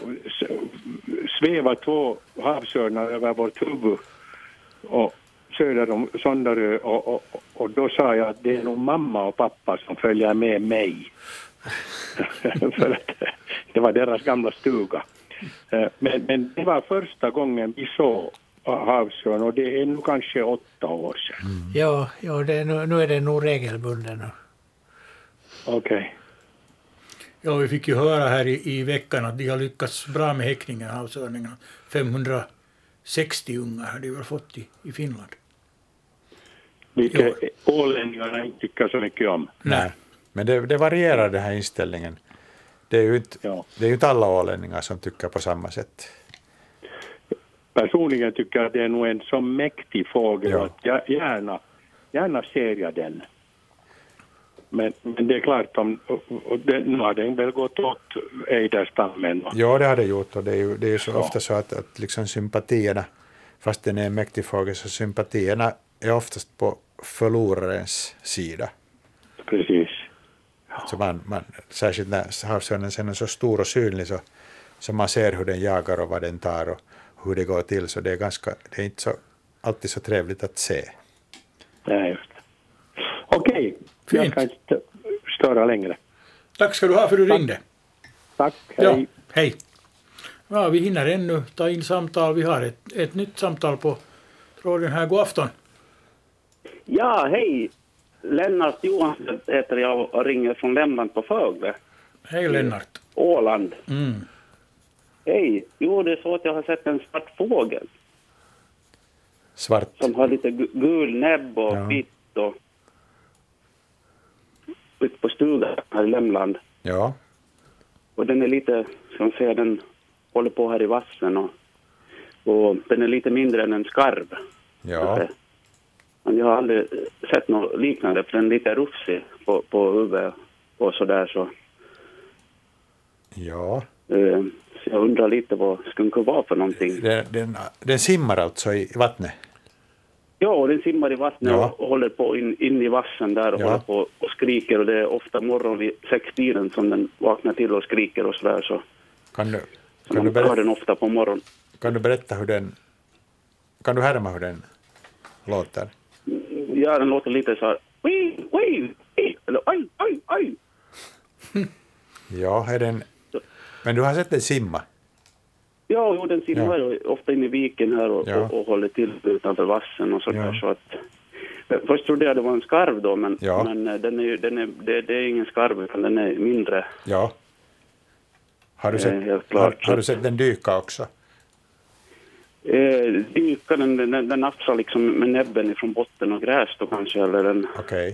svävar 2 havsörnar över vårt huvud och söder om Sondarö, och då sa jag att det är nog mamma och pappa som följer med mig. För att det var deras gamla stuga. Men det var första gången vi såg havsörn, och det är nog kanske 8 år sedan. Ja, nu är det nog regelbunden. Okej. Ja, vi fick ju höra här i veckan att de har lyckats bra med häckningen av havsörningarna. 560 ungar har de väl fått i Finland. Vilket ålänningarna inte tycker så mycket om. Nej, men det varierar, den här inställningen. Det är ju inte alla ålänningar som tycker på samma sätt. Personligen tycker jag att det är nog en så mäktig fågel att jag gärna ser jag den. Men det är klart, nu har den väl gått åt ejderstammen. Ja, det har det gjort, och det är ju så ofta så att liksom sympatierna, fast den är en mäktig fågel, så sympatierna är oftast på förlorarens sida. Precis. Så man, särskilt när havsörnen sen är så stor och synlig, så man ser hur den jagar och vad den tar och hur det går till, så det är inte så alltid så trevligt att se. Nej, just det. Okej, jag kan inte störa längre. Tack ska du ha för att du ringde. Tack, hej. Ja, hej. Ja, vi hinner ännu ta in samtal. Vi har ett nytt samtal på tråden här. God afton. Ja, hej. Lennart Johansson heter jag och ringer från Lämland på Fögle. Hej Lennart. Åland. Mm. Hej. Jo, det är så att jag har sett en svart fågel. Svart? Som har lite gul näbb och vitt och ut på stugan här i Lämland. Ja. Och den är lite, som man säger, den håller på här i vassen och den är lite mindre än en skarv. Ja. Men jag har aldrig sett något liknande, för den är lite rufsig på huvudet och sådär så. Ja. Så jag undrar undrar lite vad skunka var för någonting. Den simmar alltså i vattnet? Ja, den simmar i vattnet och håller på in i vassen där och håller på och skriker. Och det är ofta morgon vid 6-tiden som den vaknar till och skriker och sådär. Så kan du berätta, den ofta på morgon. Kan du berätta kan du härma hur den låter? Ja, den låter lite så här. Eller aj. Ja, men du har sett den simma? Ja, den simmar ofta in i viken här och håller till utanför vassen och sådär. Så att, först trodde jag det var en skarv då, men det är ingen skarv utan den är mindre. Ja. Har du sett den dyka också? Dyka, den nafsar liksom med näbben ifrån botten och gräs då kanske. Eller den,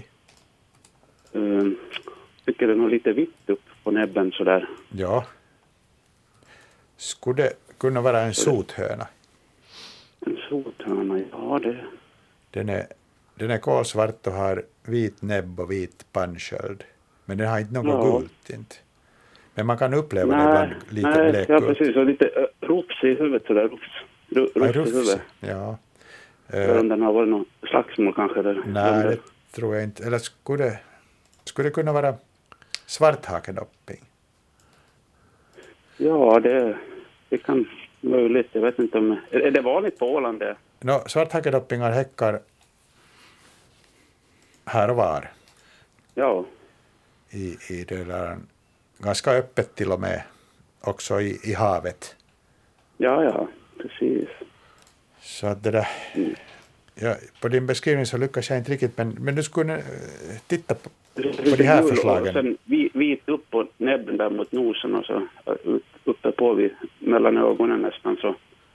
tycker den har lite vitt upp på näbben sådär. Ja. Skulle det kunna vara en sothöna? En sothöna, ja det. Den är kolsvart och har vit näbb och vit pannsköld. Men den har inte något gult inte. Men man kan uppleva det ibland lite blekgult. Ja, precis. Och lite rufs i huvudet sådär. Rufs i huvudet. Ja. Om den har varit någon slagsmål kanske. Nej, det tror jag inte. Eller skulle det kunna vara svarthakedopping? Ja, det kan möjligt. Jag vet inte om... Är det vanligt på Åland det? Svarthakedoppingar häckar här och var. Ja. I det där, ganska öppet till och med. Också i havet. Ja, precis. Så att det där... Ja, på din beskrivning så lyckas jag inte riktigt, men du skulle titta på de här förslagen. Och sen vit upp på näbben där mot nosen och så uppe på mellan ögonen nästan så.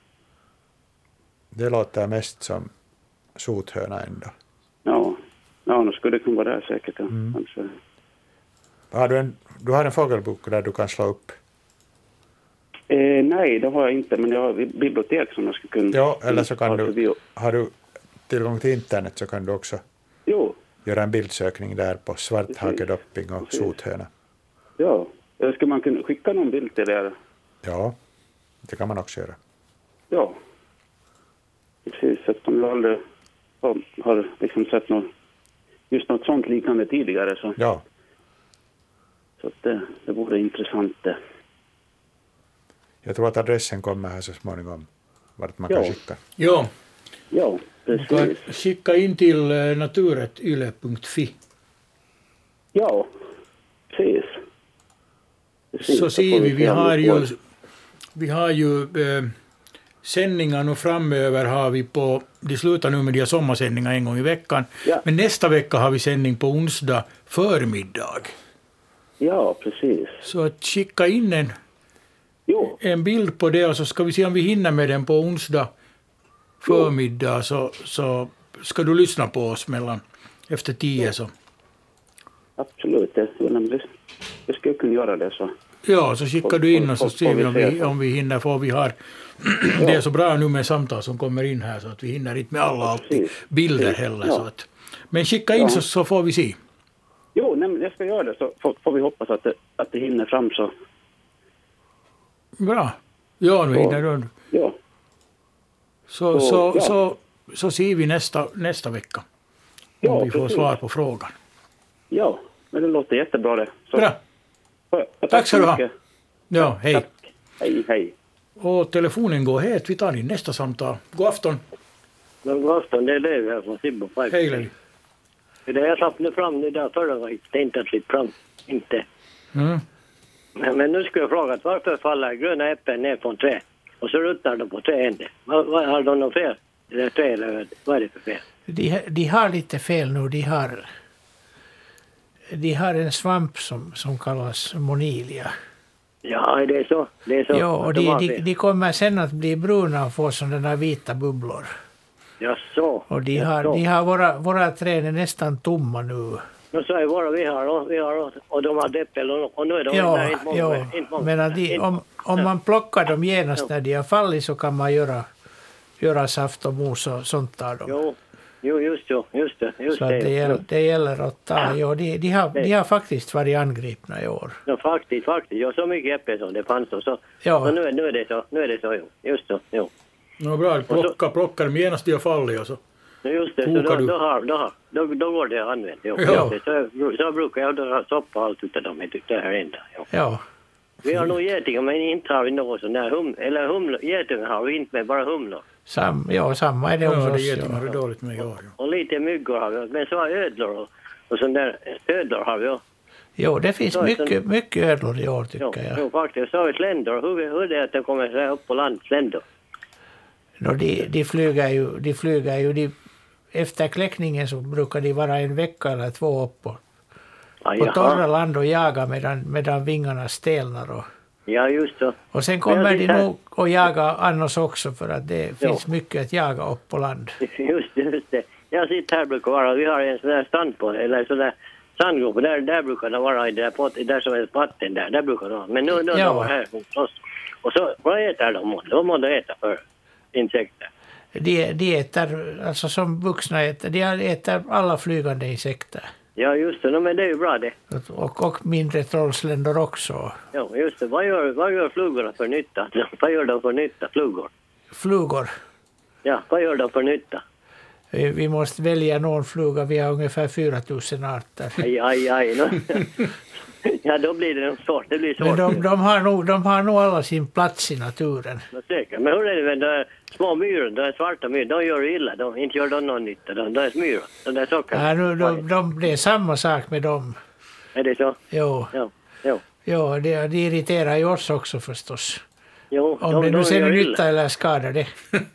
Det låter mest som sothöna ändå. Ja, nu skulle det kunna vara där säkert. Kanske. Du har en fågelbok där du kan slå upp? Nej, det har jag inte, men jag har ett bibliotek som jag skulle kunna... Ja, eller så kan har du tillgång till internet så kan du också göra en bildsökning där på svarthakedopping och sothöna. Ja, ska man kunna skicka någon bild till det? Ja, det kan man också göra. Ja, precis. Eftersom jag aldrig har liksom sett något sånt liknande tidigare. Så, så att det vore intressant det. Jag tror att adressen kommer här så småningom, vart man kan skicka. Ja, precis. Du kan skicka in till naturetyle.fi. Ja, precis. Så ser vi har ju sändningar nu framöver har vi de slutar nu med de sommarsändningar en gång i veckan. Ja. Men nästa vecka har vi sändning på onsdag förmiddag. Ja, precis. Så att skicka in en bild på det och så ska vi se om vi hinner med den på onsdag förmiddag så ska du lyssna på oss efter 10 så. Absolut, jag skulle kunna göra det så. Ja, så skickar du in och så ser vi om vi hinner för vi har det är så bra nu med samtal som kommer in här så att vi hinner inte med alla alltid bilder heller så att men skicka in så får vi se. Jo, men jag ska göra det så får vi hoppas att det hinner fram så. Bra. Ja, nu hinner du. Ja. Så ser vi nästa vecka. Om vi får svar på frågan. Ja, men det låter jättebra det. Så. Bra. Tack ska du ha. Ja, hej. Tack. Hej. Och telefonen går het. Vi tar din nästa samtal. God afton. God afton, det är Levi här från Sibbo. Hej Levi. Jag satt nu fram det där förra gången. Det är inte slitt fram. Inte. Men nu skulle jag fråga varför faller gröna äpplen ner från trä och så ruttar de på träände. Har de något fel? Eller trä eller vad är det för fel? De har lite fel nu. De har en svamp som kallas monilia. Ja, det är så. Ja, och de kommer sen att bli bruna och få sådana där vita bubblor. Ja, så. Och de har våra träd är nästan tomma nu. Nu så är våra vi har och de har deppel och nu är de inte många. Men om man plockar dem genast när de har fallit så kan man göra saft och mos och sånt av dem. Jo. Jo, just det. Så det gäller att ta. Jo, de har faktiskt varit angripna i år. Ja, faktiskt. Ja, så mycket äpplen som det fanns. Och så. Ja. Så nu är det så. Jo. Just så, jo. Ja, bra, plockar de genast de har fallit och så. Just det, så då går det att använda. Jo. Ja. Så brukar jag då soppa allt utav dem. Jag tyckte det här ända. Jo. Ja. Vi har nog getingar, men inte har vi något sån där getingar har vi inte med, bara humlor. Samma är det hos oss. Getingar har det dåligt med i år. Och lite myggor har vi, men så har ödlor och sån där ödlor har vi också. Jo, det finns mycket ödlor i år tycker jag. Jo, faktiskt. Så har vi sländor. Hur är det att de kommer så här upp på land, sländor? De flyger ju efter kläckningen så brukar de vara en vecka eller 2 upp på torra land och jaga medan vingarna stelnar. Ja, just så. Och sen kommer de nog att jaga annars också för att det finns mycket att jaga upp på land. Just det. Jag sitter här brukar vara, vi har en sån där stand på, eller sån där sandgrop, där brukar de vara i där som är vatten där brukar de vara. Men nu de var här hos oss. Och så, vad äter de? Vad må de äta för insekter? De äter, alltså som vuxna äter, de äter alla flygande insekter. Ja, just det. Men det är ju bra det. Och mindre trollsländor också. Ja, just det. Vad gör flugorna för nytta? Vad gör de för nytta, flugor? Flugor? Ja, vad gör de för nytta? Vi måste välja någon fluga. Vi har ungefär 4000 arter. Aj. Ja, då blir det svårt. Det blir svårt. Men de har nog alla sin plats i naturen. Säkert. Men hur är det med de små myror, de svarta myror, de gör illa. Inte gör de någon nytta. De är myror. De är socker. Ja, det är samma sak med dem. Är det så? Jo. Ja, det irriterar ju oss också förstås. Jo, om det nu ser nytta eller skadar det.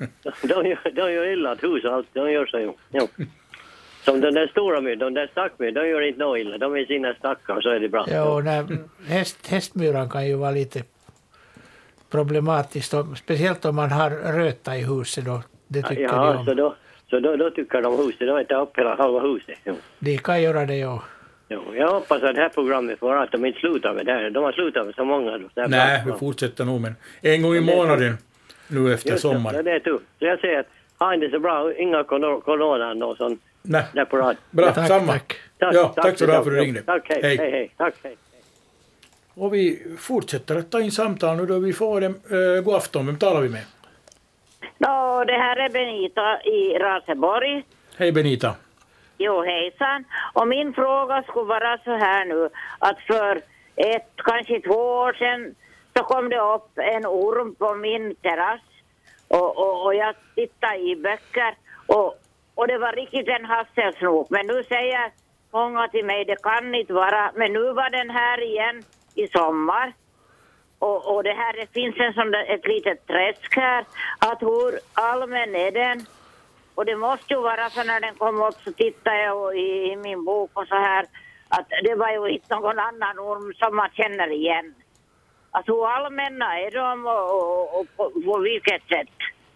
De gör illa att hus och allt. De gör så jo. Som den där stora myr, de där stackmyr, de gör inte något illa. De är sina stackar, så är det bra. Ja, hästmyran kan ju vara lite problematiskt. Speciellt om man har röta i huset då. Det tycker de om. Så då tycker de huset. De äter upp hela halva huset. Jo. De kan göra det, ja. Jo, jag hoppas att det här programmet får att de inte slutar med det här. De har slutat med så många. Nej, vi fortsätter nog, men en gång i månaden nu efter sommaren. Det är tur. Så jag säger att ha inte så bra, inga corona och sånt. Nej, bra, samma. Tack så bra för att du ringde. Tack, hej. Tack, hej. Och vi fortsätter att ta in samtal nu då vi får dem. God afton, vem talar vi med? Det här är Benita i Raseborg. Hej Benita. Jo, hejsan. Och min fråga skulle vara så här nu, att för kanske 2 år sedan så kom det upp en orm på min terrass och jag tittade i böcker och det var riktigt en hasselsnok. Men nu säger många till mig, det kan inte vara, men nu var den här igen i sommar. Och det finns ett litet träsk här, att hur allmän är den? Och det måste ju vara så när den kom upp så tittar jag i min bok och så här att det var ju inte någon annan orm som man känner igen. Alltså hur allmänna är de och på vilket sätt?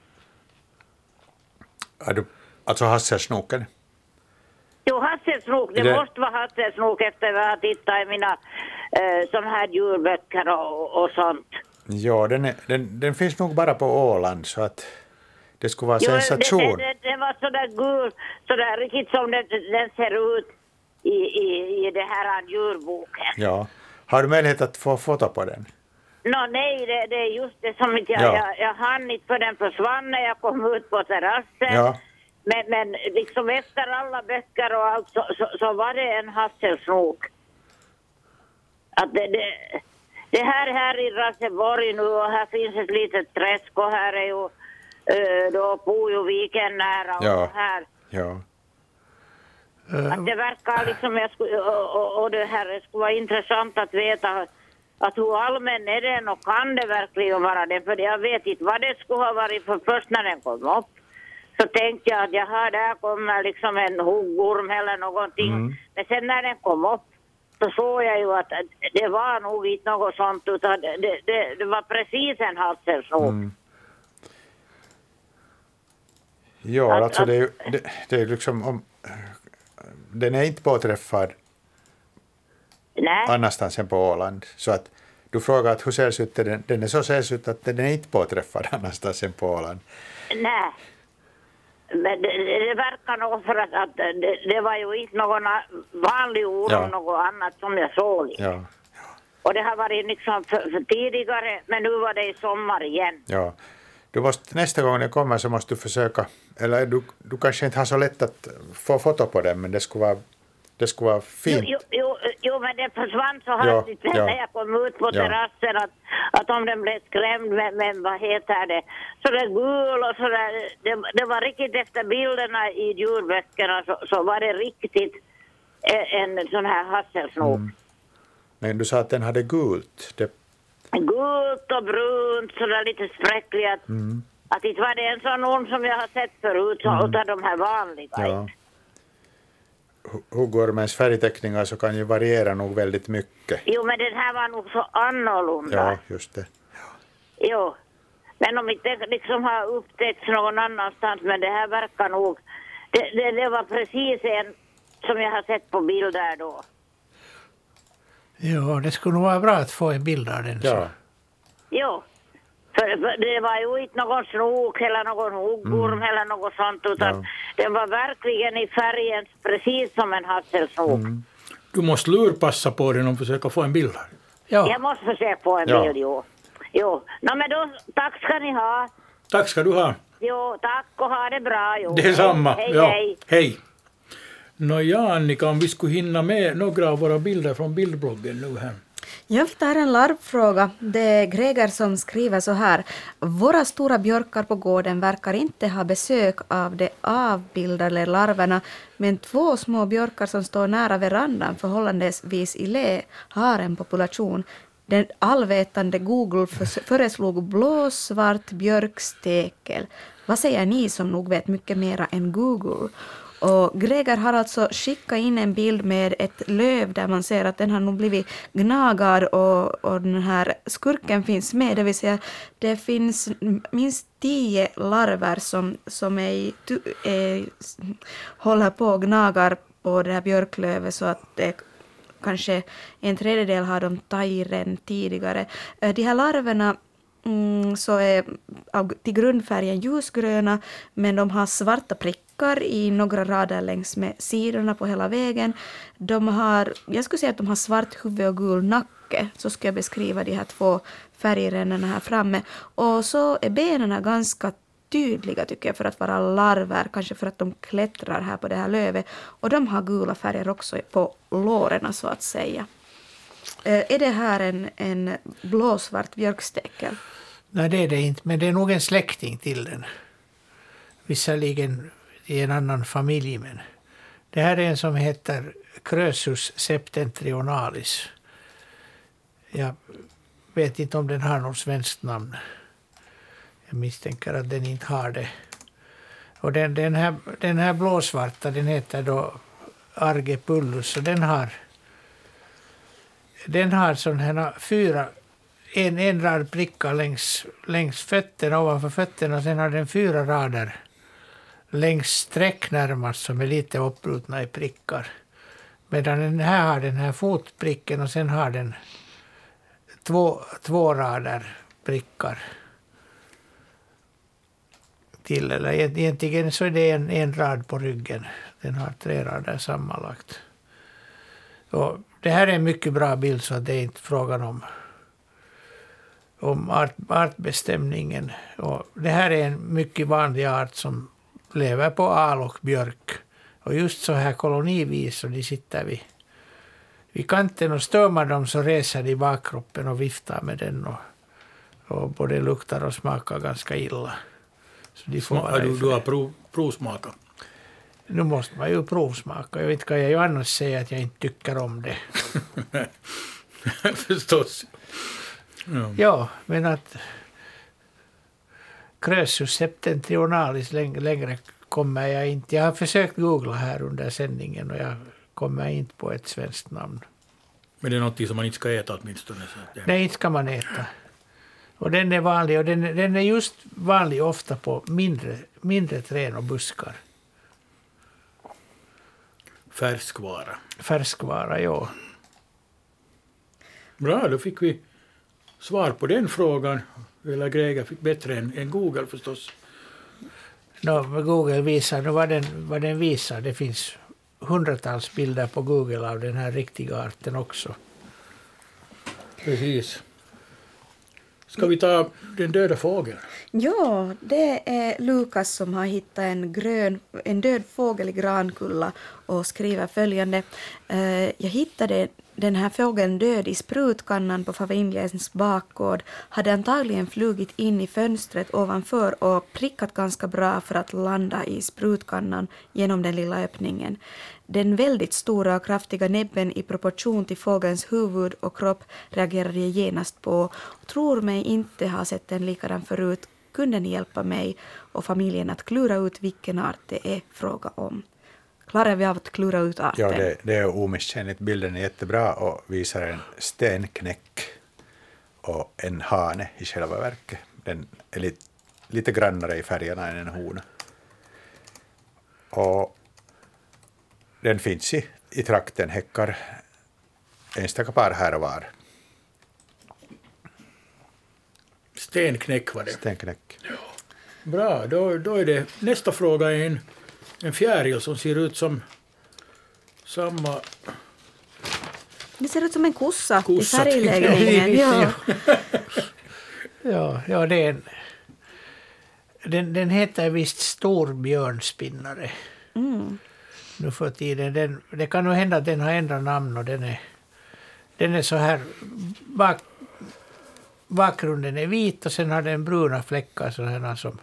Alltså hasselsnoken? Jo, hasselsnok. Det måste vara hasselsnok efter att ha tittat i mina sådana här djurböcker och sånt. Ja, den finns nog bara på Åland så att det skulle vara sensation. Det var sådär gul, sådär riktigt som den ser ut i det här djurboken. Ja. Har du möjlighet att få foto på den? Nej, det är just det som inte jag hann inte för den försvann när jag kom ut på terrassen. Ja. Men liksom efter alla böcker och allt så var det en hasselsnok. Att det här i Raseborg nu och här finns ett litet träsk och här är ju då Pujoviken nära och här. Ja. Att det verkar liksom, och det här skulle vara intressant att veta att hur allmän är den och kan det verkligen vara det? För jag vet inte vad det skulle ha varit för först när den kom upp. Så tänkte jag att där kommer liksom en huggorm eller någonting. Mm. Men sen när den kom upp så såg jag ju att det var nog inte något sånt utan det var precis en hasselsnok. Mm. Ja, alltså det är liksom den är inte påträffad annanstans än på Åland. Så att du frågar att hur sällsynt är den är så sällsynt att den är inte påträffad annanstans än på Åland. Nej. Men det verkar nog för att det var ju inte någon vanlig oro, något annat som jag såg. Ja. Och det har varit liksom för tidigare, men nu var det i sommar igen. Ja. Du måste, nästa gång det kommer så måste du försöka, eller du kanske inte har så lätt att få foto på dem, men det skulle vara fint. Jo, men det försvann så hastigt när jag kom ut på terrassen att om den blev skrämd med vad heter det, så det gul och så där, det var riktigt efter bilderna i djurböckerna så var det riktigt en sån här hasselsnok. Men du sa att den hade gult. Gult och brunt, så där lite spräckligt. Att det var det en sån ond som jag har sett förut utav de här vanliga. Ja. Huggormens färgteckningar så kan ju variera nog väldigt mycket. Jo, men den här var nog så annorlunda. Ja, just det. Jo, men om inte liksom har upptäckts någon annanstans, men det här verkar nog... Det var precis en som jag har sett på bilder då. Ja, det skulle nog vara bra att få en bild av den. Ja. Jo, för det var ju inte någon snok eller någon huggorm eller något sånt, utan den var verkligen i färgen precis som en hasselsnok. Du måste lurpassa på den och försöka få en bild. Ja. Jag måste försöka få en bild, jo. Men då, tack ska ni ha. Tack ska du ha. Jo, tack och ha det bra. Jo. Det är samma. Hej. Hej. Nåja, Annika, om vi skulle hinna med några av våra bilder från bildbloggen nu här. Jag vill ta en larvfråga. Det är Greger som skriver så här. Våra stora björkar på gården verkar inte ha besök av de avbildade larverna, men 2 små björkar som står nära verandan förhållandevis i lä har en population. Den allvetande Google föreslog blåsvart björkstekel. Vad säger ni som nog vet mycket mera än Google? Och Greger har alltså skickat in en bild med ett löv där man ser att den har nog blivit gnagad och den här skurken finns med. Det vill säga det finns minst 10 larver som håller på och gnagar på det här björklövet, så att det kanske 1/3 har de tagit tidigare. De här larverna så är till grundfärgen ljusgröna, men de har svarta prickar i några rader längs med sidorna på hela vägen. Jag skulle säga att de har svart huvud och gul nacke, så ska jag beskriva de här 2 färgrännorna här framme. Och så är benen ganska tydliga tycker jag för att vara larver, kanske för att de klättrar här på det här lövet. Och de har gula färger också på lårena så att säga. Är det här en blåsvart björkstekel? Nej, det är det inte, men det är nog en släkting till den. Visserligen i en annan familj, men det här är en som heter Krösus septentrionalis. Jag vet inte om den har något svenskt namn. Jag misstänker att den inte har det. Och den här blåsvarta, den heter då Argepullus, och den har sådana 4, en rad prickar längs fötterna, ovanför fötterna, och sen har den 4 rader längs streck närmast som är lite uppbrutna i prickar. Medan den här fotpricken, och sen har den 2 rader prickar till, eller egentligen så är det en rad på ryggen. Den har 3 rader sammanlagt. Och det här är en mycket bra bild, så att det är inte frågan om artbestämningen. Och det här är en mycket vanlig art som lever på al och björk. Och just så här kolonivis, och de sitter vid kanten, och stör man dem så reser de bakkroppen och viftar med den, och både luktar och smakar ganska illa. Så de får du har provsmakat? Nu måste man ju provsmaka. Jag vet, kan jag ju annars säga att jag inte tycker om det. Förstås. Ja, men att Krösus septentrionalis längre kommer jag inte. Jag har försökt googla här under sändningen, och jag kommer inte på ett svenskt namn. Men det är något som man inte ska äta åtminstone? Nej, inte ska man äta. Och den är vanlig, och den är just vanlig ofta på mindre träd och buskar. Färskvara, ja. Bra, då fick vi svar på den frågan. Eller Greger fick bättre än Google förstås. Google visar nu vad den visar. Det finns hundratals bilder på Google av den här riktiga arten också. Precis. Ska vi ta den döda fågeln? Ja, det är Lukas som har hittat en död fågel i Grankulla och skriver följande. Jag hittade den här fågeln död i sprutkannan på familjens bakgård, hade antagligen flugit in i fönstret ovanför och prickat ganska bra för att landa i sprutkannan genom den lilla öppningen. Den väldigt stora och kraftiga näbben i proportion till fågelns huvud och kropp reagerade jag genast på och tror mig inte ha sett den likadan förut. Kunde ni hjälpa mig och familjen att klura ut vilken art det är fråga om? Klarar vi av att klura ut arten? Ja, det är omisskännligt. Bilden är jättebra och visar en stenknäck och en hane i själva verket. Den är lite grannare i färgerna än en hona. Och den finns i trakten, häckar enstaka par här och var. Stenknäck var det. Stenknäck. Ja. Bra, då är det nästa fråga är en fjäril som ser ut som samma... Det ser ut som en kossa i färgläggningen. Ja, det är den heter visst storbjörnspinnare. Nu för tiden. Det kan nog hända att den har ändrat namn och den är så här bakgrunden är vit och sen har den bruna fläckar sådana som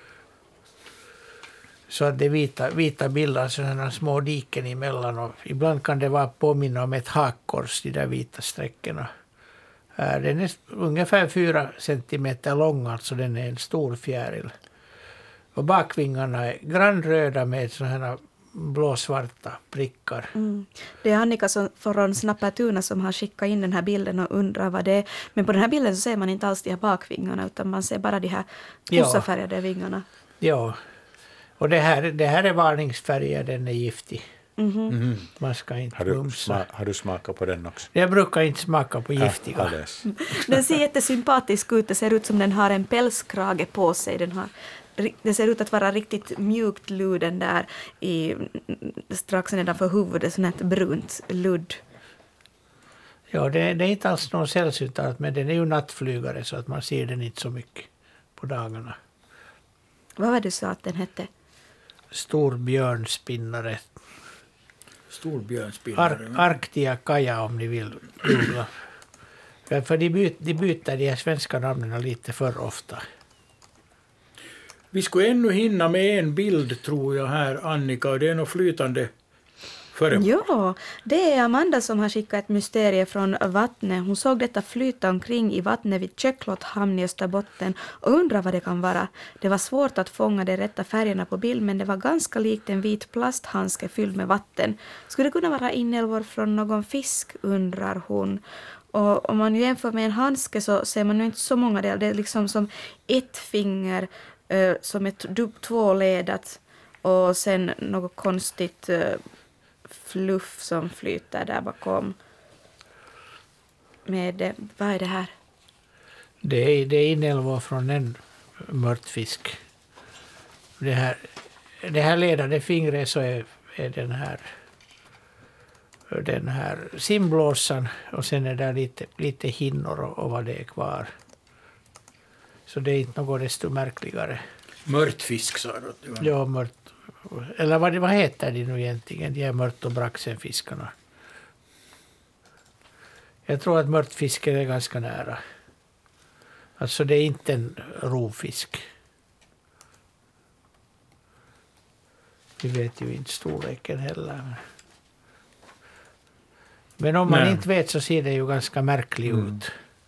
så att det vita bildar sådana små diken emellan och ibland kan det vara påminna om ett hakkors, de där vita sträckorna. Den är ungefär 4 centimeter lång, alltså den är en stor fjäril. Och bakvingarna är grannröda med sådana blåsvarta prickar. Det är Annika från Snappatuna som har skickat in den här bilden och undrar vad det är. Men på den här bilden så ser man inte alls de här bakvingarna utan man ser bara de här kossafärgade vingarna. Ja, och det här är varningsfärger, den är giftig. Man ska inte bumsa. Har du smakat på den också? Jag brukar inte smaka på giftiga. Den ser jättesympatisk ut. Det ser ut som den har en pälskrage på sig. Det ser ut att vara riktigt mjukt luden där strax nedanför huvudet, sånt här brunt ludd. Ja, det är inte alls någon sällsynt art, men den är ju nattflygare så att man ser den inte så mycket på dagarna. Vad var det du sa att den hette? Storbjörnspinnare. Storbjörnspinnare. Arktia kaja om ni vill googla. För de byter de här svenska namnen lite för ofta. Vi skulle ännu hinna med en bild tror jag här, Annika, och det är något flytande föremål. Ja, det är Amanda som har skickat ett mysterie från vattnet. Hon såg detta flyta omkring i vattnet vid Köklott hamn i Österbotten och undrar vad det kan vara. Det var svårt att fånga de rätta färgerna på bild, men det var ganska likt en vit plasthandske fylld med vatten. Skulle det kunna vara inälvor från någon fisk, undrar hon. Och om man jämför med en handske så ser man ju inte så många delar. Det är liksom som ett finger som ett tvåledat och sen något konstigt fluff som flyter där bakom. Vad är det här? Det är inälvor från en mörtfisk. Det här ledande fingret så är den här simblåsan och sen är det lite hinnor och vad det är kvar. Så det är inte något desto märkligare. Mörtfisk sa du? Ja, mört. Eller vad heter det nu egentligen, de här mört- och braxenfiskarna? Jag tror att mörtfisken är ganska nära. Alltså det är inte en rovfisk. Vi vet ju inte storleken heller. Men om man inte vet så ser det ju ganska märkligt ut.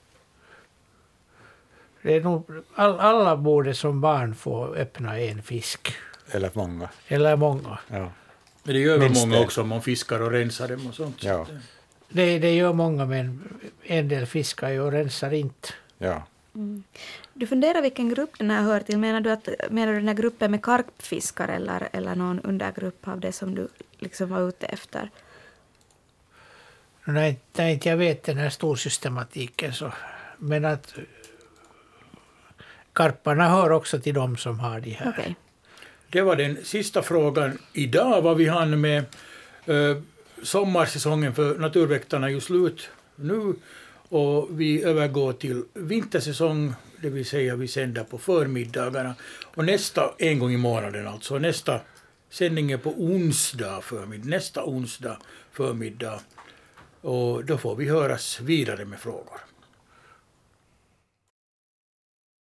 Det är nog, alla borde som barn få öppna en fisk. Eller många. Ja. Men det gör väl många också om man fiskar och rensar dem och sånt. Ja. Det gör många, men en del fiskar ju och rensar inte. Ja. Du funderar vilken grupp den här hör till. Menar du den här gruppen med karpfiskar eller någon undergrupp av det som du liksom var ute efter? Nej, inte jag vet den här storsystematiken så. Men att karparna hör också till dem som har de här. Okay. Det var den sista frågan idag. Vad vi hann med sommarsäsongen för Naturväktarna är ju slut nu. Och vi övergår till vintersäsong, det vill säga vi sänder på förmiddagarna. Och en gång i månaden alltså. Nästa sändning är på nästa onsdag förmiddag. Och då får vi höras vidare med frågor.